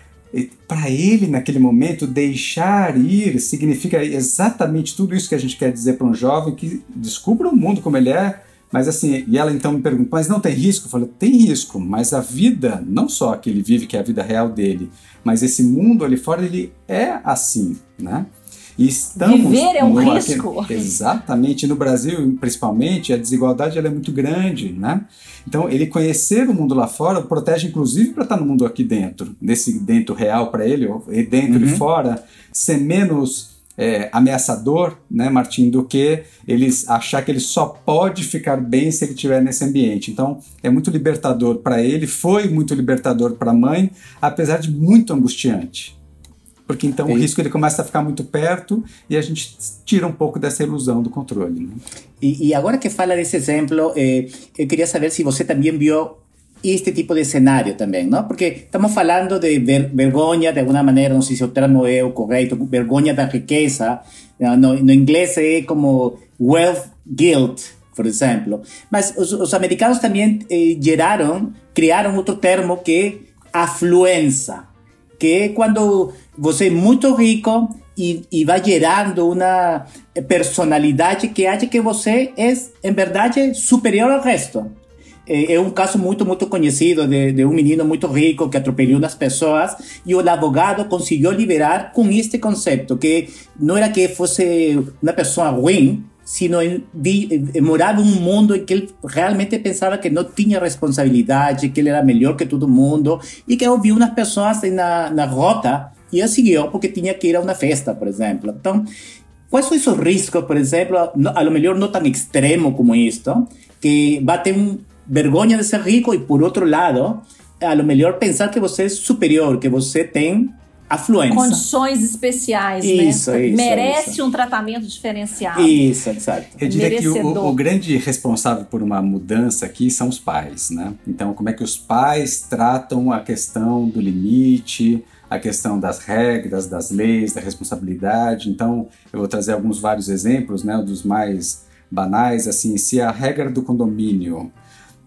D: Para ele, naquele momento, deixar ir significa exatamente tudo isso que a gente quer dizer para um jovem, que descubra o mundo como ele é, mas assim, e ela então me pergunta, mas não tem risco? Eu falo, tem risco, mas a vida, não só a que ele vive, que é a vida real dele, mas esse mundo ali fora, ele é assim, né? E estamos
A: Viver é um
D: no,
A: risco.
D: Aqui, exatamente, no Brasil, principalmente, a desigualdade ela é muito grande, né? Então, ele conhecer o mundo lá fora protege, inclusive, para estar no mundo aqui dentro, nesse dentro real para ele, dentro uhum. e fora, ser menos é, ameaçador, né, Martim, do que eles achar que ele só pode ficar bem se ele estiver nesse ambiente. Então, é muito libertador para ele, foi muito libertador para a mãe, apesar de muito angustiante. Porque então é. o risco ele começa a ficar muito perto e a gente tira um pouco dessa ilusão do controle. Né?
C: E, e agora que fala desse exemplo, eh, eu queria saber se você também viu este tipo de cenário também, não? Porque estamos falando de ver, vergonha, de alguma maneira, não sei se o termo é o correto, vergonha da riqueza. No, no inglês é como wealth guilt, por exemplo. Mas os, os americanos também eh, geraram, criaram outro termo que é afluência, que é quando você é muito rico e, e vai gerando uma personalidade que acha que você é, em verdade, superior ao resto. É, é um caso muito, muito conhecido de, de um menino muito rico que atropelou umas pessoas e o advogado conseguiu liberar com este conceito, que não era que fosse uma pessoa ruim, sino vi, morava em um mundo em que ele realmente pensava que não tinha responsabilidade, que ele era melhor que todo mundo e que ouviu umas pessoas na, na rota e ele seguiu porque tinha que ir a uma festa, por exemplo. Então, quais são esses riscos, por exemplo, a lo melhor não tão extremo como isto, que vai ter um, vergonha de ser rico e, por outro lado, a lo melhor pensar que você é superior, que você tem afluência.
A: Condições especiais,
C: isso,
A: né?
C: Isso,
A: Merece
C: isso.
A: um tratamento diferenciado.
C: Isso, exato.
D: Eu diria que o, o grande responsável por uma mudança aqui são os pais, né? Então, como é que os pais tratam a questão do limite, a questão das regras, das leis, da responsabilidade. Então, eu vou trazer alguns vários exemplos, né? Dos mais banais, assim, se a regra do condomínio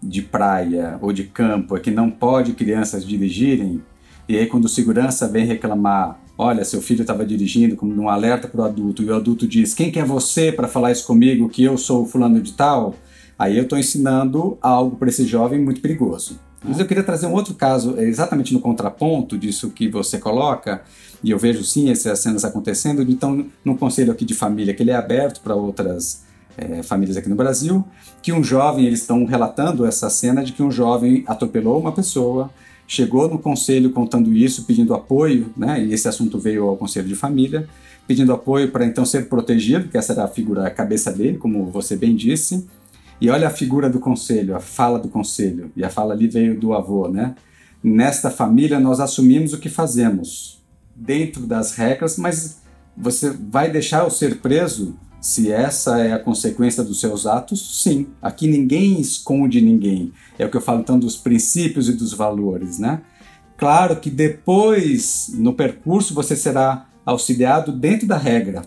D: de praia ou de campo é que não pode crianças dirigirem, e aí quando o segurança vem reclamar, olha, seu filho estava dirigindo como um alerta para o adulto, e o adulto diz, quem que é você para falar isso comigo, que eu sou o fulano de tal? Aí eu estou ensinando algo para esse jovem muito perigoso. Mas eu queria trazer um outro caso, exatamente no contraponto disso que você coloca, e eu vejo sim essas cenas acontecendo, então num conselho aqui de família, que ele é aberto para outras é, famílias aqui no Brasil, que um jovem, eles estão relatando essa cena de que um jovem atropelou uma pessoa, chegou no conselho contando isso, pedindo apoio, né, e esse assunto veio ao conselho de família, pedindo apoio para então ser protegido, que essa era a figura, a cabeça dele, como você bem disse. E olha a figura do conselho, a fala do conselho, e a fala ali veio do avô, né? Nesta família nós assumimos o que fazemos, dentro das regras, mas você vai deixar eu ser preso se essa é a consequência dos seus atos? Sim, aqui ninguém esconde ninguém. É o que eu falo então dos princípios e dos valores, né? Claro que depois, no percurso, você será auxiliado dentro da regra,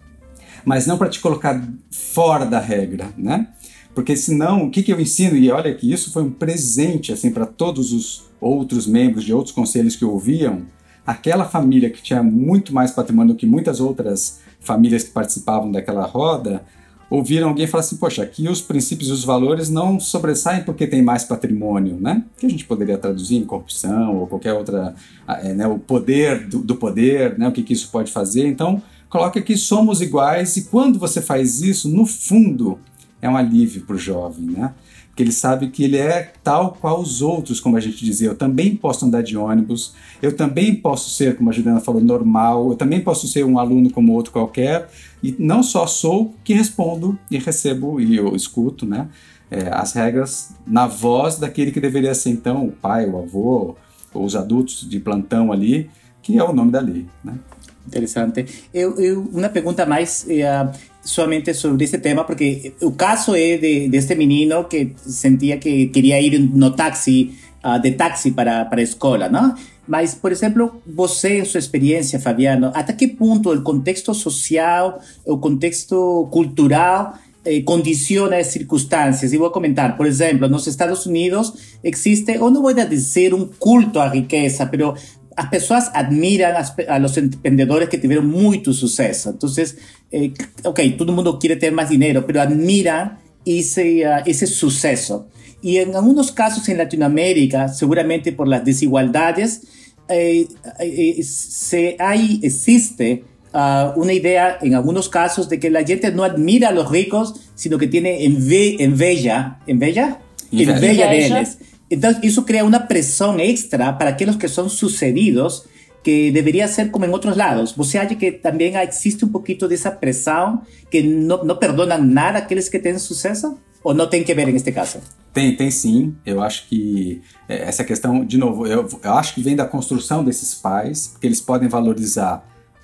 D: mas não para te colocar fora da regra, né? Porque senão, o que, que eu ensino? E olha que isso foi um presente assim, para todos os outros membros de outros conselhos que ouviam. Aquela família que tinha muito mais patrimônio do que muitas outras famílias que participavam daquela roda, ouviram alguém falar assim, poxa, aqui os princípios e os valores não sobressaem porque tem mais patrimônio, né? Que a gente poderia traduzir em corrupção ou qualquer outra, é, né, o poder do, do poder, né, o que, que isso pode fazer. Então, coloque aqui, somos iguais, e quando você faz isso, no fundo, é um alívio para o jovem, né? Porque ele sabe que ele é tal qual os outros, como a gente dizia. Eu também posso andar de ônibus, eu também posso ser, como a Juliana falou, normal, eu também posso ser um aluno como outro qualquer, e não só sou que respondo e recebo e eu escuto, né, é, as regras na voz daquele que deveria ser, então, o pai, o avô, ou os adultos de plantão ali, que é o nome da lei, né?
C: Interessante. Eu, eu, uma pergunta mais eh, somente sobre esse tema, porque o caso é de, deste menino que sentia que queria ir no táxi, uh, de táxi para, para a escola, não? Mas, por exemplo, você, em sua experiência, Fabiano, até que ponto o contexto social, o contexto cultural eh, condiciona as circunstâncias? E vou comentar, por exemplo, nos Estados Unidos existe, eu não vou dizer um culto à riqueza, mas as pessoas admiram as, a los empreendedores que tiveram muito sucesso. Então, eh, ok, todo mundo quer ter mais dinheiro, mas admiram esse, uh, esse sucesso. E em alguns casos em Latinoamérica, seguramente por las desigualdades, eh, eh, se hay, existe uh, una idea en algunos casos de que la gente no admira a los ricos, sino que tiene enve enveja, enveja, enveja, enveja de ellos. Entonces, eso crea una presión extra para aquellos que son sucedidos, que debería ser como en otros lados. ¿Você acha que también existe un poquito de esa presión, que no, no perdonan nada a aqueles que têm sucesso? Ou não tem que ver neste caso?
D: Tem, tem sim. Eu acho que é, essa questão, de novo, eu, eu acho que vem da construção desses pais, porque eles podem valorizar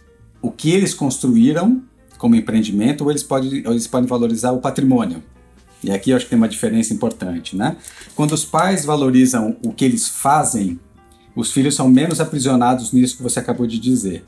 D: o que eles construíram como empreendimento, ou eles podem, ou eles podem valorizar o patrimônio. E aqui eu acho que tem uma diferença importante, né? Quando os pais valorizam o que eles fazem, os filhos são menos aprisionados nisso que você acabou de dizer.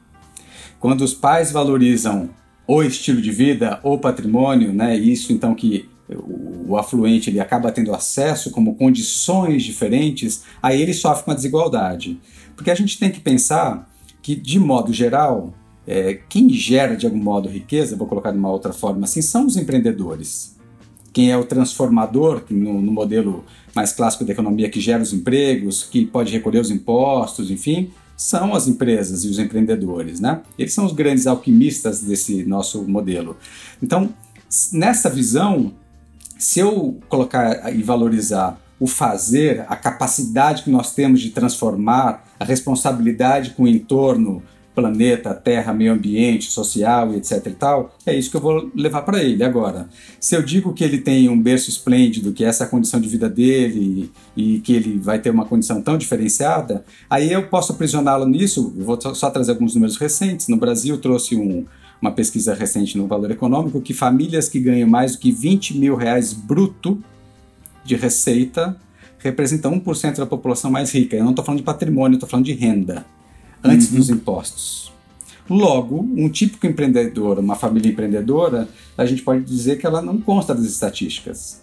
D: Quando os pais valorizam o estilo de vida, o patrimônio, né? Isso então que o, o afluente ele acaba tendo acesso como condições diferentes, aí ele sofre uma desigualdade. Porque a gente tem que pensar que, de modo geral, é, quem gera de algum modo riqueza, vou colocar de uma outra forma assim, são os empreendedores. Quem é o transformador, no, no modelo mais clássico da economia, que gera os empregos, que pode recolher os impostos, enfim, são as empresas e os empreendedores, né? Eles são os grandes alquimistas desse nosso modelo. Então, nessa visão, se eu colocar e valorizar o fazer, a capacidade que nós temos de transformar, a responsabilidade com o entorno, planeta, terra, meio ambiente, social e etc e tal, é isso que eu vou levar para ele. Agora, se eu digo que ele tem um berço esplêndido, que essa é a condição de vida dele e, e que ele vai ter uma condição tão diferenciada, aí eu posso aprisioná-lo nisso. Eu vou só trazer alguns números recentes. No Brasil, trouxe um, uma pesquisa recente no Valor Econômico que famílias que ganham mais do que vinte mil reais bruto de receita representam um por cento da população mais rica. Eu não estou falando de patrimônio, eu estou falando de renda. Antes uhum. dos impostos. Logo, um típico empreendedor, uma família empreendedora, a gente pode dizer que ela não consta das estatísticas.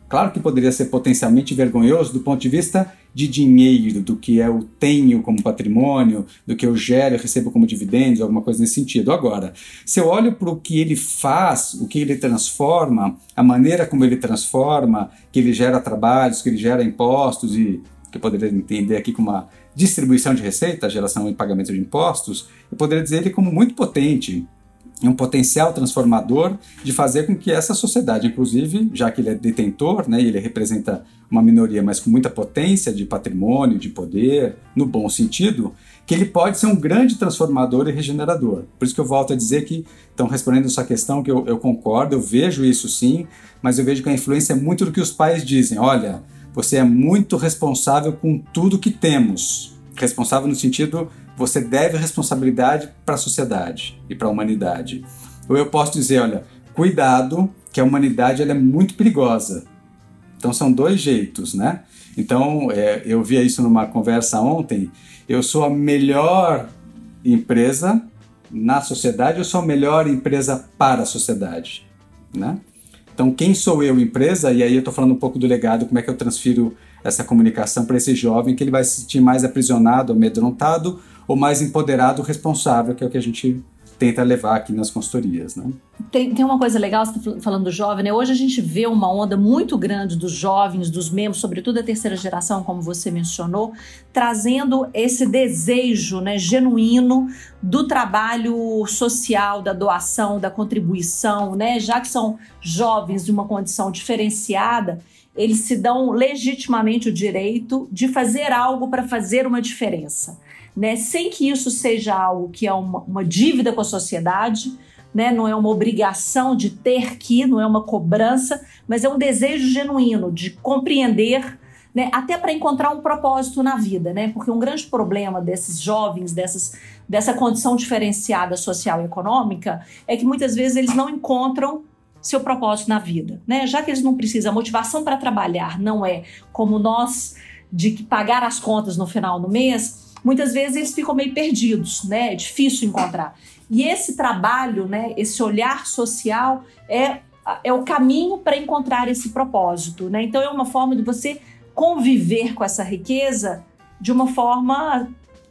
D: Claro que poderia ser potencialmente vergonhoso do ponto de vista de dinheiro, do que eu tenho como patrimônio, do que eu gero e recebo como dividendos, alguma coisa nesse sentido. Agora, se eu olho para o que ele faz, o que ele transforma, a maneira como ele transforma, que ele gera trabalhos, que ele gera impostos e que eu poderia entender aqui como uma distribuição de receita, geração e pagamento de impostos, eu poderia dizer ele como muito potente, um potencial transformador de fazer com que essa sociedade, inclusive, já que ele é detentor, né, ele representa uma minoria, mas com muita potência de patrimônio, de poder, no bom sentido, que ele pode ser um grande transformador e regenerador. Por isso que eu volto a dizer que, então, respondendo a sua questão, que eu, eu concordo, eu vejo isso sim, mas eu vejo que a influência é muito do que os pais dizem. Olha, você é muito responsável com tudo que temos. Responsável no sentido, você deve responsabilidade para a sociedade e para a humanidade. Ou eu posso dizer, olha, cuidado, que a humanidade ela é muito perigosa. Então são dois jeitos, né? Então, é, eu vi isso numa conversa ontem, eu sou a melhor empresa na sociedade, eu sou a melhor empresa para a sociedade, né? Então, quem sou eu, empresa? E aí eu estou falando um pouco do legado, como é que eu transfiro essa comunicação para esse jovem, que ele vai se sentir mais aprisionado, amedrontado, ou mais empoderado, responsável, que é o que a gente tenta levar aqui nas consultorias, né?
A: Tem, tem uma coisa legal, você está falando do jovem, né? Hoje a gente vê uma onda muito grande dos jovens, dos membros, sobretudo da terceira geração, como você mencionou, trazendo esse desejo, né, genuíno do trabalho social, da doação, da contribuição, né? Já que são jovens de uma condição diferenciada, eles se dão legitimamente o direito de fazer algo para fazer uma diferença, né? Sem que isso seja algo que é uma, uma dívida com a sociedade, né? Não é uma obrigação de ter que, não é uma cobrança, mas é um desejo genuíno de compreender, né? Até para encontrar um propósito na vida, né? Porque um grande problema desses jovens, dessas, dessa condição diferenciada social e econômica, é que muitas vezes eles não encontram seu propósito na vida, né? Já que eles não precisam, a motivação para trabalhar não é como nós, de pagar as contas no final do mês, muitas vezes eles ficam meio perdidos, né? É difícil encontrar. E esse trabalho, né, esse olhar social é, é o caminho para encontrar esse propósito, né? Então é uma forma de você conviver com essa riqueza de uma forma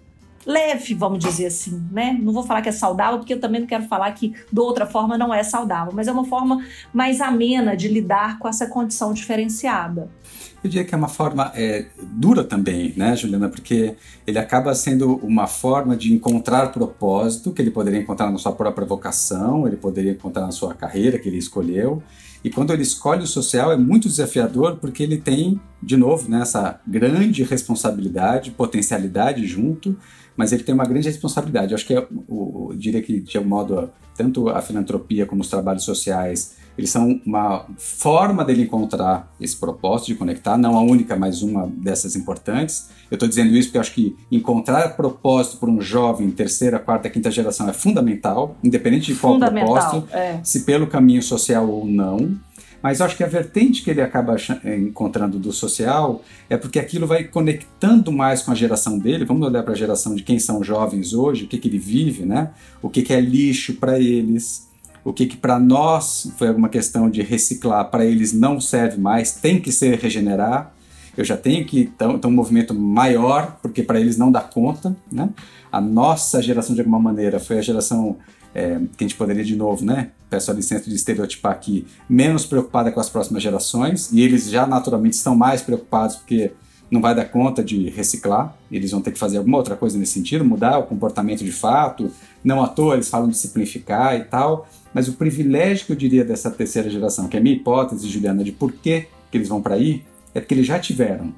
A: leve, vamos dizer assim, né? Não vou falar que é saudável, porque eu também não quero falar que de outra forma não é saudável, mas é uma forma mais amena de lidar com essa condição diferenciada.
D: Eu diria que é uma forma é, dura também, né, Juliana? Porque ele acaba sendo uma forma de encontrar propósito, que ele poderia encontrar na sua própria vocação, ele poderia encontrar na sua carreira que ele escolheu. E quando ele escolhe o social é muito desafiador, porque ele tem, de novo, né, essa grande responsabilidade, potencialidade junto, mas ele tem uma grande responsabilidade. Eu acho que, é, o, eu diria que, de algum modo, tanto a filantropia como os trabalhos sociais, eles são uma forma dele encontrar esse propósito de conectar, não a única, mas uma dessas importantes. Eu estou dizendo isso porque eu acho que encontrar propósito para um jovem, terceira, quarta, quinta geração é fundamental, independente de qual propósito, é. se pelo caminho social ou não. Mas eu acho que a vertente que ele acaba encontrando do social é porque aquilo vai conectando mais com a geração dele. Vamos olhar para a geração de quem são jovens hoje, o que, que ele vive, né? O que, que é lixo para eles, o que, que para nós foi alguma questão de reciclar, para eles não serve mais, tem que ser regenerar. Eu já tenho que ter um movimento maior, porque para eles não dá conta, né? A nossa geração, de alguma maneira, foi a geração é, que a gente poderia, de novo, né? Peço a licença de estereotipar aqui, menos preocupada com as próximas gerações, e eles já naturalmente estão mais preocupados porque não vai dar conta de reciclar, eles vão ter que fazer alguma outra coisa nesse sentido, mudar o comportamento de fato, não à toa eles falam de simplificar e tal, mas o privilégio que eu diria dessa terceira geração, que é a minha hipótese, Juliana, de por que, que eles vão para aí, é porque eles já tiveram.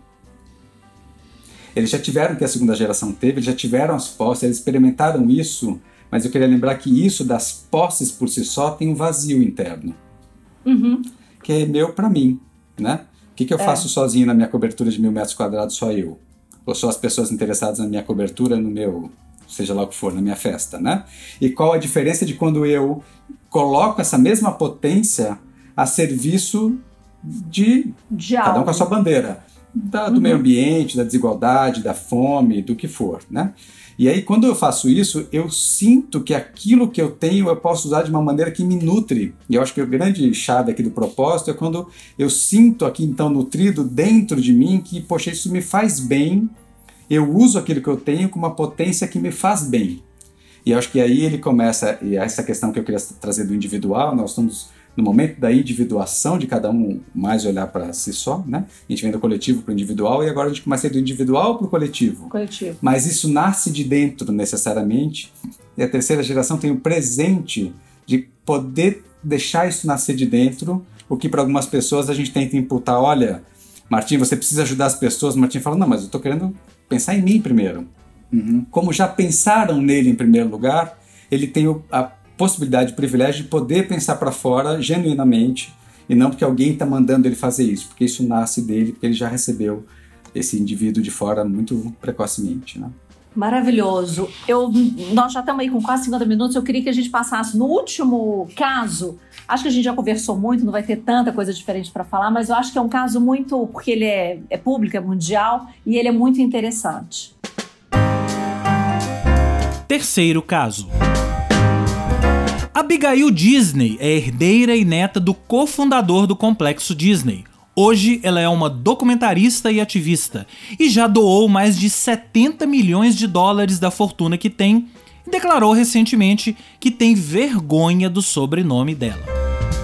D: Eles já tiveram o que a segunda geração teve, eles já tiveram as posses, eles experimentaram isso, mas eu queria lembrar que isso das posses por si só tem um vazio interno,
A: uhum.
D: que é meu para mim, né? O que, que eu é. faço sozinho na minha cobertura de mil metros quadrados, só eu? Ou só as pessoas interessadas na minha cobertura, no meu, seja lá o que for, na minha festa, né? E qual a diferença de quando eu coloco essa mesma potência a serviço de,
A: de
D: cada
A: algo.
D: um com a sua bandeira, da, do
A: Uhum.
D: meio ambiente, da desigualdade, da fome, do que for, né? E aí, quando eu faço isso, eu sinto que aquilo que eu tenho eu posso usar de uma maneira que me nutre. E eu acho que a grande chave aqui do propósito é quando eu sinto aqui, então, nutrido dentro de mim que, poxa, isso me faz bem, eu uso aquilo que eu tenho com uma potência que me faz bem. E eu acho que aí ele começa, e essa questão que eu queria trazer do individual, nós estamos no momento da individuação de cada um mais olhar para si só, né? A gente vem do coletivo para o individual e agora a gente começa a ir do individual para o coletivo.
A: Coletivo.
D: Mas isso nasce de dentro necessariamente e a terceira geração tem o presente de poder deixar isso nascer de dentro, o que para algumas pessoas a gente tenta imputar, olha, Martim, você precisa ajudar as pessoas. Martim fala, não, mas eu estou querendo pensar em mim primeiro. Uhum. Como já pensaram nele em primeiro lugar, ele tem a possibilidade, o privilégio de poder pensar para fora genuinamente e não porque alguém está mandando ele fazer isso, porque isso nasce dele, porque ele já recebeu esse indivíduo de fora muito precocemente, né?
A: Maravilhoso. Eu, nós já estamos aí com quase cinquenta minutos, eu queria que a gente passasse no último caso. Acho que a gente já conversou muito, não vai ter tanta coisa diferente para falar, mas eu acho que é um caso muito, porque ele é, é público, é mundial e ele é muito interessante.
B: Terceiro caso. Abigail Disney é herdeira e neta do cofundador do Complexo Disney. Hoje ela é uma documentarista e ativista e já doou mais de setenta milhões de dólares da fortuna que tem e declarou recentemente que tem vergonha do sobrenome dela.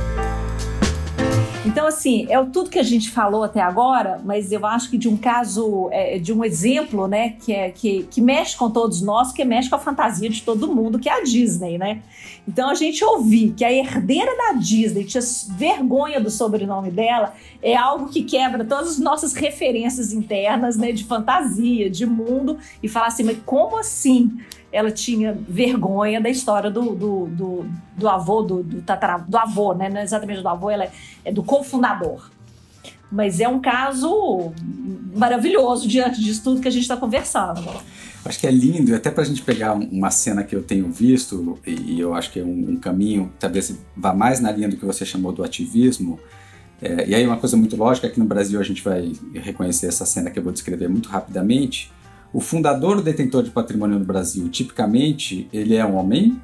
A: Então, assim, é tudo que a gente falou até agora, mas eu acho que de um caso, é, de um exemplo, né, que, é, que, que mexe com todos nós, que mexe com a fantasia de todo mundo, que é a Disney, né? Então, a gente ouvir que a herdeira da Disney tinha vergonha do sobrenome dela é algo que quebra todas as nossas referências internas, né, de fantasia, de mundo, e falar assim, mas como assim ela tinha vergonha da história do, do, do, do avô, do, do, tatara, do avô, né? Não é exatamente do avô, ela é, é do cofundador. Mas é um caso maravilhoso diante disso tudo que a gente está conversando.
D: Acho que é lindo, e até para a gente pegar uma cena que eu tenho visto, e eu acho que é um, um caminho, talvez vá mais na linha do que você chamou do ativismo, é, e aí uma coisa muito lógica, aqui no Brasil a gente vai reconhecer essa cena que eu vou descrever muito rapidamente. O fundador ou detentor de patrimônio no Brasil, tipicamente, ele é um homem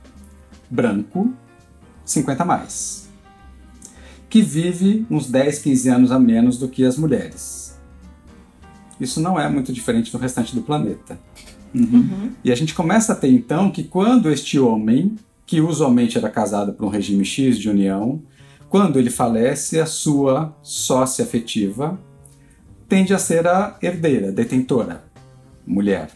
D: branco, cinquenta a mais, que vive uns dez, quinze anos a menos do que as mulheres. Isso não é muito diferente do restante do planeta. Uhum. E a gente começa a ter, então, que quando este homem, que usualmente era casado por um regime X de união, quando ele falece, a sua sócia afetiva tende a ser a herdeira, detentora, mulher.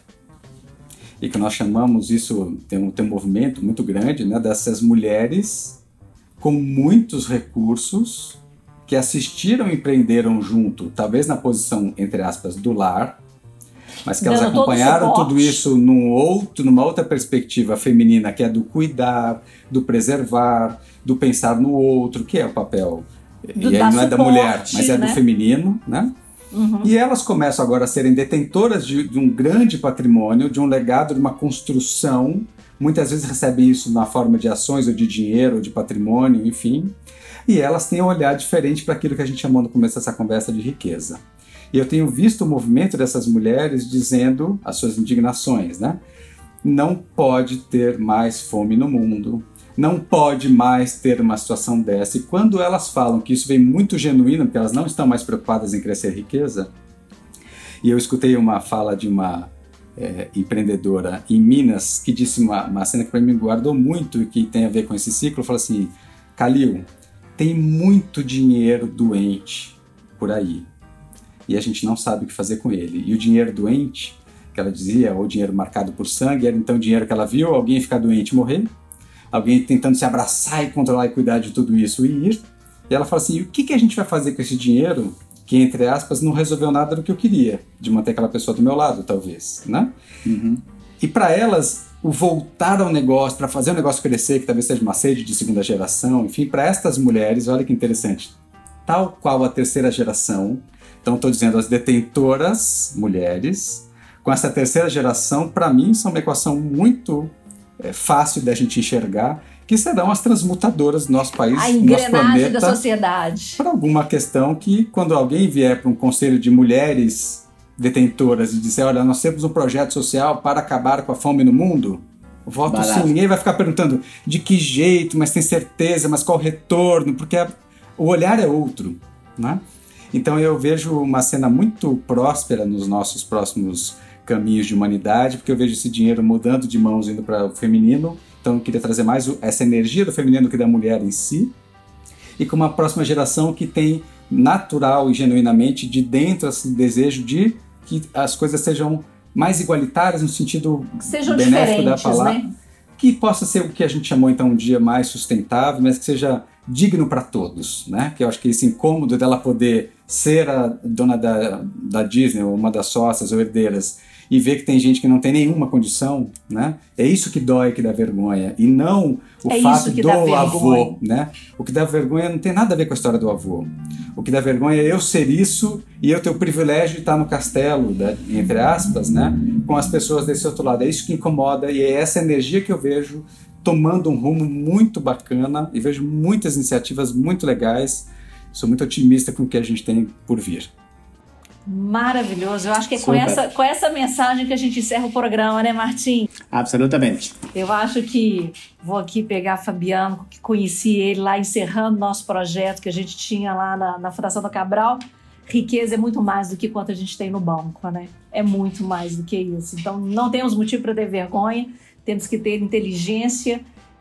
D: E que nós chamamos isso, tem um, tem um movimento muito grande, né, dessas mulheres com muitos recursos que assistiram e empreenderam junto, talvez na posição, entre aspas, do lar, mas que elas
A: Dando
D: acompanharam tudo isso num outro, numa outra perspectiva feminina, que é do cuidar, do preservar, do pensar no outro, que é o papel, do e aí não suporte, é da mulher, mas é, né, do feminino, né? Uhum. E elas começam agora a serem detentoras de, de um grande patrimônio, de um legado, de uma construção. Muitas vezes recebem isso na forma de ações, ou de dinheiro, ou de patrimônio, enfim. E elas têm um olhar diferente para aquilo que a gente chamou no começo dessa conversa de riqueza. E eu tenho visto o movimento dessas mulheres dizendo as suas indignações, né? Não pode ter mais fome no mundo. Não pode mais ter uma situação dessa. E quando elas falam que isso vem muito genuíno, porque elas não estão mais preocupadas em crescer riqueza, e eu escutei uma fala de uma é, empreendedora em Minas, que disse uma, uma cena que para mim guardou muito e que tem a ver com esse ciclo, falou assim, Calil, tem muito dinheiro doente por aí, e a gente não sabe o que fazer com ele. E o dinheiro doente, que ela dizia, ou dinheiro marcado por sangue, era então o dinheiro que ela viu alguém ficar doente e morrer, alguém tentando se abraçar e controlar e cuidar de tudo isso e ir. E ela fala assim, o que, que a gente vai fazer com esse dinheiro que, entre aspas, não resolveu nada do que eu queria, de manter aquela pessoa do meu lado, talvez, né? Uhum. E para elas, o voltar ao negócio, para fazer o negócio crescer, que talvez seja uma sede de segunda geração, enfim, para estas mulheres, olha que interessante, tal qual a terceira geração, então estou dizendo as detentoras, mulheres, com essa terceira geração, para mim, são uma equação muito... é fácil da gente enxergar, que serão as transmutadoras do nosso país,
A: a
D: nosso
A: engrenagem
D: planeta,
A: da sociedade.
D: Para alguma questão que, quando alguém vier para um conselho de mulheres detentoras e disser, olha, nós temos um projeto social para acabar com a fome no mundo, voto
C: Barato.
D: sim. Ninguém vai ficar perguntando de que jeito, mas tem certeza, mas qual o retorno, porque a, o olhar é outro, né? Então eu vejo uma cena muito próspera nos nossos próximos caminhos de humanidade, porque eu vejo esse dinheiro mudando de mãos, indo para o feminino. Então eu queria trazer mais essa energia do feminino que da mulher em si, e com uma próxima geração que tem natural e genuinamente de dentro esse desejo de que as coisas sejam mais igualitárias no sentido
A: sejam
D: benéfico da palavra,
A: né?
D: Que possa ser o que a gente chamou então um dia mais sustentável, mas que seja digno para todos, né? Que eu acho que esse incômodo dela poder ser a dona da, da Disney, ou uma das sócias ou herdeiras, e ver que tem gente que não tem nenhuma condição, né? É isso que dói, que dá vergonha, e não o
A: é
D: fato do avô,
A: vergonha.
D: né? O que dá vergonha não tem nada a ver com a história do avô. O que dá vergonha é eu ser isso e eu ter o privilégio de estar no castelo, né? Entre aspas, né? Com as pessoas desse outro lado. É isso que incomoda, e é essa energia que eu vejo tomando um rumo muito bacana, e vejo muitas iniciativas muito legais. Sou muito otimista com o que a gente tem por vir.
A: Maravilhoso. Eu acho que é com essa, com essa mensagem que a gente encerra o programa, né, Martim?
C: Absolutamente.
A: Eu acho que vou aqui pegar Fabiano, que conheci ele lá encerrando nosso projeto que a gente tinha lá na, na Fundação do Cabral. Riqueza é muito mais do que quanto a gente tem no banco, né? É muito mais do que isso. Então, não temos motivo para ter vergonha, temos que ter inteligência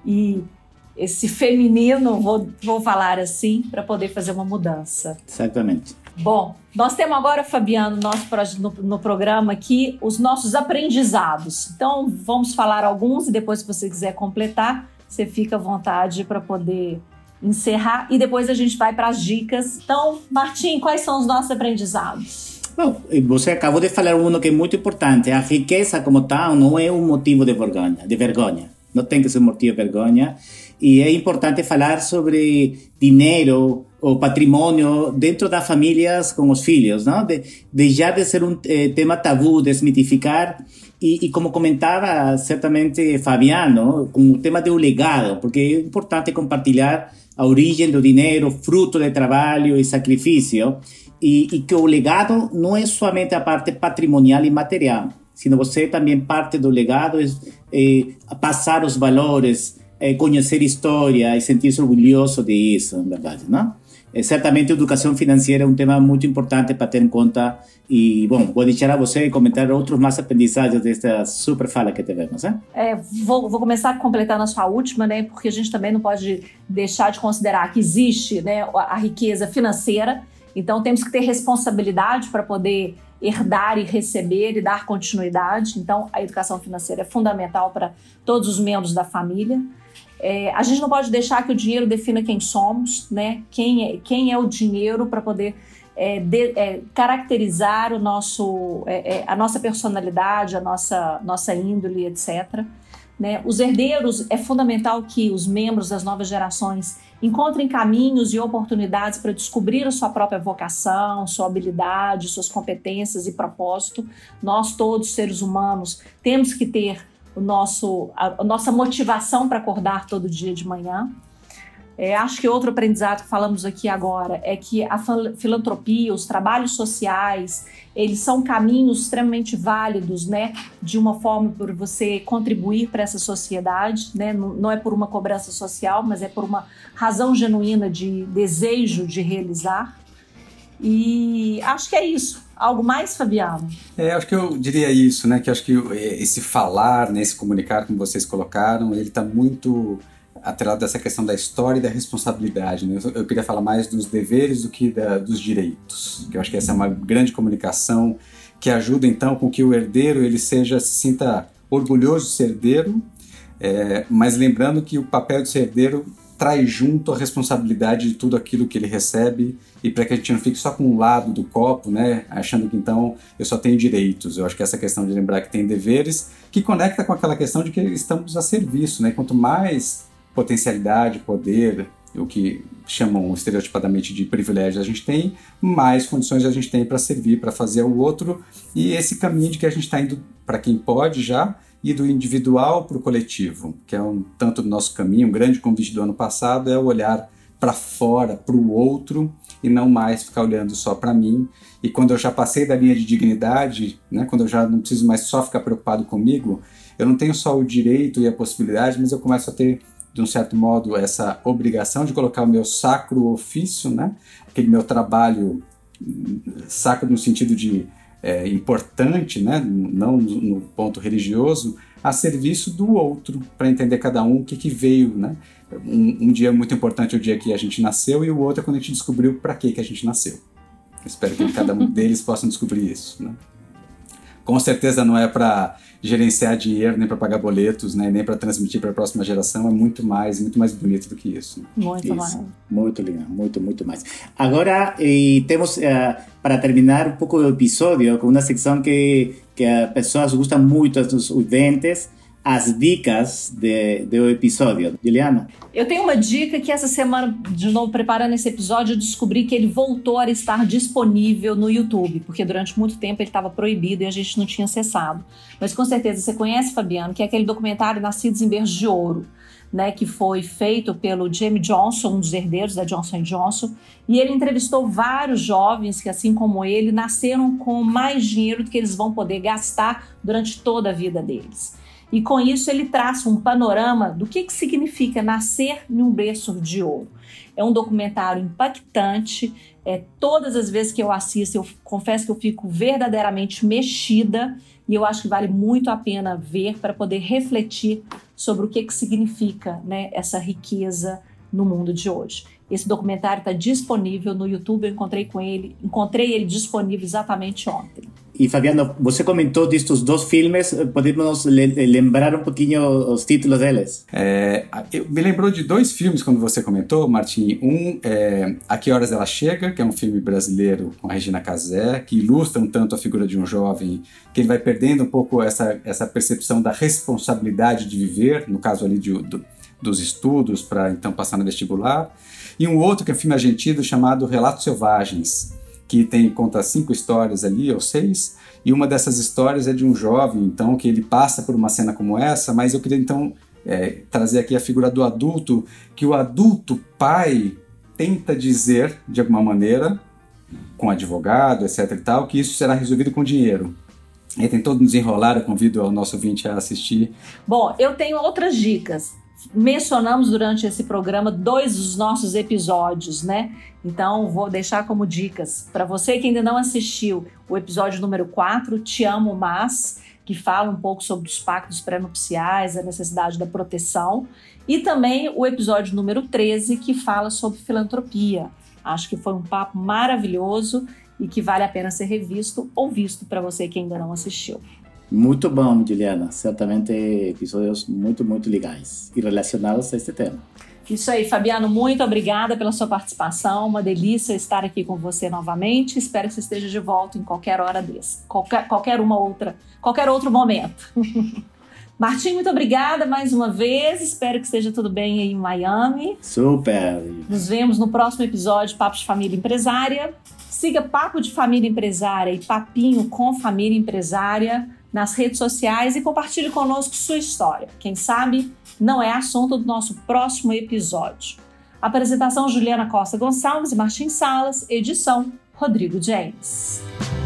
A: e esse feminino, vou, vou falar assim, para poder fazer uma mudança.
C: Exatamente.
A: Bom, nós temos agora, Fabiano, nosso, no, no programa aqui, os nossos aprendizados. Então, vamos falar alguns e depois, se você quiser completar, você fica à vontade para poder encerrar e depois a gente vai para as dicas. Então, Martim, quais são os nossos aprendizados?
C: Bom, você acabou de falar um que é muito importante. A riqueza como tal não é um motivo de vergonha, de vergonha. Não tem que ser um motivo de vergonha. E é importante falar sobre dinheiro ou patrimônio dentro das famílias com os filhos, não? De, deixar de ser um eh, tema tabu, desmitificar. E, e como comentava certamente Fabiano, com o tema do legado, porque é importante compartilhar a origem do dinheiro, fruto de trabalho e sacrifício, e, e que o legado não é somente a parte patrimonial e material, sino você também parte do legado é, é passar os valores, é, conhecer história e sentir-se orgulhoso disso, na verdade, não? É, certamente a educação financeira é um tema muito importante para ter em conta e, bom, vou deixar a você comentar outros mais aprendizados desta super fala que tivemos, né?
A: É, vou, vou começar a completar na sua última, né? Porque a gente também não pode deixar de considerar que existe, né, a riqueza financeira, então temos que ter responsabilidade para poder herdar e receber e dar continuidade. Então, a educação financeira é fundamental para todos os membros da família. É, a gente não pode deixar que o dinheiro defina quem somos, né? Quem é, quem é o dinheiro para poder é, de, é, caracterizar o nosso, é, é, a nossa personalidade, a nossa, nossa índole, etcétera. Né? Os herdeiros, é fundamental que os membros das novas gerações encontrem caminhos e oportunidades para descobrir a sua própria vocação, sua habilidade, suas competências e propósito. Nós todos, seres humanos, temos que ter o nosso, a, a nossa motivação para acordar todo dia de manhã. É, acho que outro aprendizado que falamos aqui agora é que a filantropia, os trabalhos sociais, eles são caminhos extremamente válidos, né, de uma forma para você contribuir para essa sociedade, né, não, não é por uma cobrança social, mas é por uma razão genuína de desejo de realizar. E acho que é isso. Algo mais, Fabiano?
D: É, acho que eu diria isso, né? Que acho que esse falar, né, esse comunicar, como vocês colocaram, ele está muito atrelado dessa questão da história e da responsabilidade, né? Eu, eu queria falar mais dos deveres do que da, dos direitos. Que eu acho que essa é uma grande comunicação que ajuda, então, com que o herdeiro ele seja, se sinta orgulhoso de ser herdeiro, é, mas lembrando que o papel de ser herdeiro traz junto a responsabilidade de tudo aquilo que ele recebe, e para que a gente não fique só com um lado do copo, né, achando que então eu só tenho direitos. Eu acho que essa questão de lembrar que tem deveres, que conecta com aquela questão de que estamos a serviço, né? Quanto mais potencialidade, poder, o que chamam estereotipadamente de privilégio a gente tem, mais condições a gente tem para servir, para fazer o outro, e esse caminho de que a gente está indo para quem pode já, e do individual para o coletivo, que é um tanto do nosso caminho. Um grande convite do ano passado é o olhar para fora, para o outro, e não mais ficar olhando só para mim. E quando eu já passei da linha de dignidade, né, quando eu já não preciso mais só ficar preocupado comigo, eu não tenho só o direito e a possibilidade, mas eu começo a ter, de um certo modo, essa obrigação de colocar o meu sacro ofício, né, aquele meu trabalho sacro no sentido de é, importante, né, não no, no ponto religioso, a serviço do outro, para entender cada um o que, que veio, né? Um, um dia muito importante é o dia que a gente nasceu, e o outro é quando a gente descobriu para que que a gente nasceu. Eu espero que cada um deles possam descobrir isso, né? Com certeza não é para gerenciar dinheiro, nem para pagar boletos, né, nem para transmitir para a próxima geração. É muito mais, muito mais bonito do que isso. Né?
A: Muito
C: isso.
A: mais.
C: Muito legal, muito, muito mais. Agora, eh, temos, eh, para terminar um pouco o episódio, com uma secção que, que as pessoas gostam muito, dos ouvintes, as dicas de, do episódio. Juliana?
A: Eu tenho uma dica que essa semana, de novo, preparando esse episódio, eu descobri que ele voltou a estar disponível no YouTube, porque durante muito tempo ele estava proibido e a gente não tinha acessado. Mas com certeza você conhece, Fabiano, que é aquele documentário Nascidos em Berço de Ouro, né, que foi feito pelo Jamie Johnson, um dos herdeiros da Johnson and Johnson, e ele entrevistou vários jovens que, assim como ele, nasceram com mais dinheiro do que eles vão poder gastar durante toda a vida deles. E com isso ele traça um panorama do que, que significa nascer em um berço de ouro. É um documentário impactante. É, todas as vezes que eu assisto, eu confesso que eu fico verdadeiramente mexida, e eu acho que vale muito a pena ver para poder refletir sobre o que, que significa, né, essa riqueza no mundo de hoje. Esse documentário está disponível no YouTube, eu encontrei com ele, encontrei ele disponível exatamente ontem.
C: E Fabiano, você comentou destes dois filmes, podemos lembrar um pouquinho os títulos deles?
D: É, eu, me lembrou de dois filmes quando você comentou, Martim. Um é A Que Horas Ela Chega, que é um filme brasileiro com a Regina Casé, que ilustra um tanto a figura de um jovem que ele vai perdendo um pouco essa, essa percepção da responsabilidade de viver, no caso ali de, do, dos estudos, para então passar no vestibular. E um outro que é um filme argentino chamado Relatos Selvagens, que tem, conta cinco histórias ali, ou seis, e uma dessas histórias é de um jovem, então, que ele passa por uma cena como essa, mas eu queria, então, é, trazer aqui a figura do adulto, que o adulto pai tenta dizer, de alguma maneira, com advogado, etc e tal, que isso será resolvido com dinheiro. E tem todo um desenrolar, eu convido o nosso ouvinte a assistir.
A: Bom, eu tenho outras dicas. Mencionamos durante esse programa dois dos nossos episódios, né? Então, vou deixar como dicas. Para você que ainda não assistiu, o episódio número quatro, Te Amo Mas, que fala um pouco sobre os pactos pré-nupciais, a necessidade da proteção. E também o episódio número treze, que fala sobre filantropia. Acho que foi um papo maravilhoso e que vale a pena ser revisto ou visto para você que ainda não assistiu.
C: Muito bom, Juliana. Certamente episódios muito, muito legais e relacionados a este tema.
A: Isso aí, Fabiano. Muito obrigada pela sua participação. Uma delícia estar aqui com você novamente. Espero que você esteja de volta em qualquer hora desse. Qualquer, qualquer uma outra, qualquer outro momento. Martim, muito obrigada mais uma vez. Espero que esteja tudo bem aí em Miami.
C: Super.
A: Nos vemos no próximo episódio Papo de Família Empresária. Siga Papo de Família Empresária e Papinho com Família Empresária nas redes sociais e compartilhe conosco sua história. Quem sabe não é assunto do nosso próximo episódio. Apresentação Juliana Costa Gonçalves e Martim Salas, edição Rodrigo James.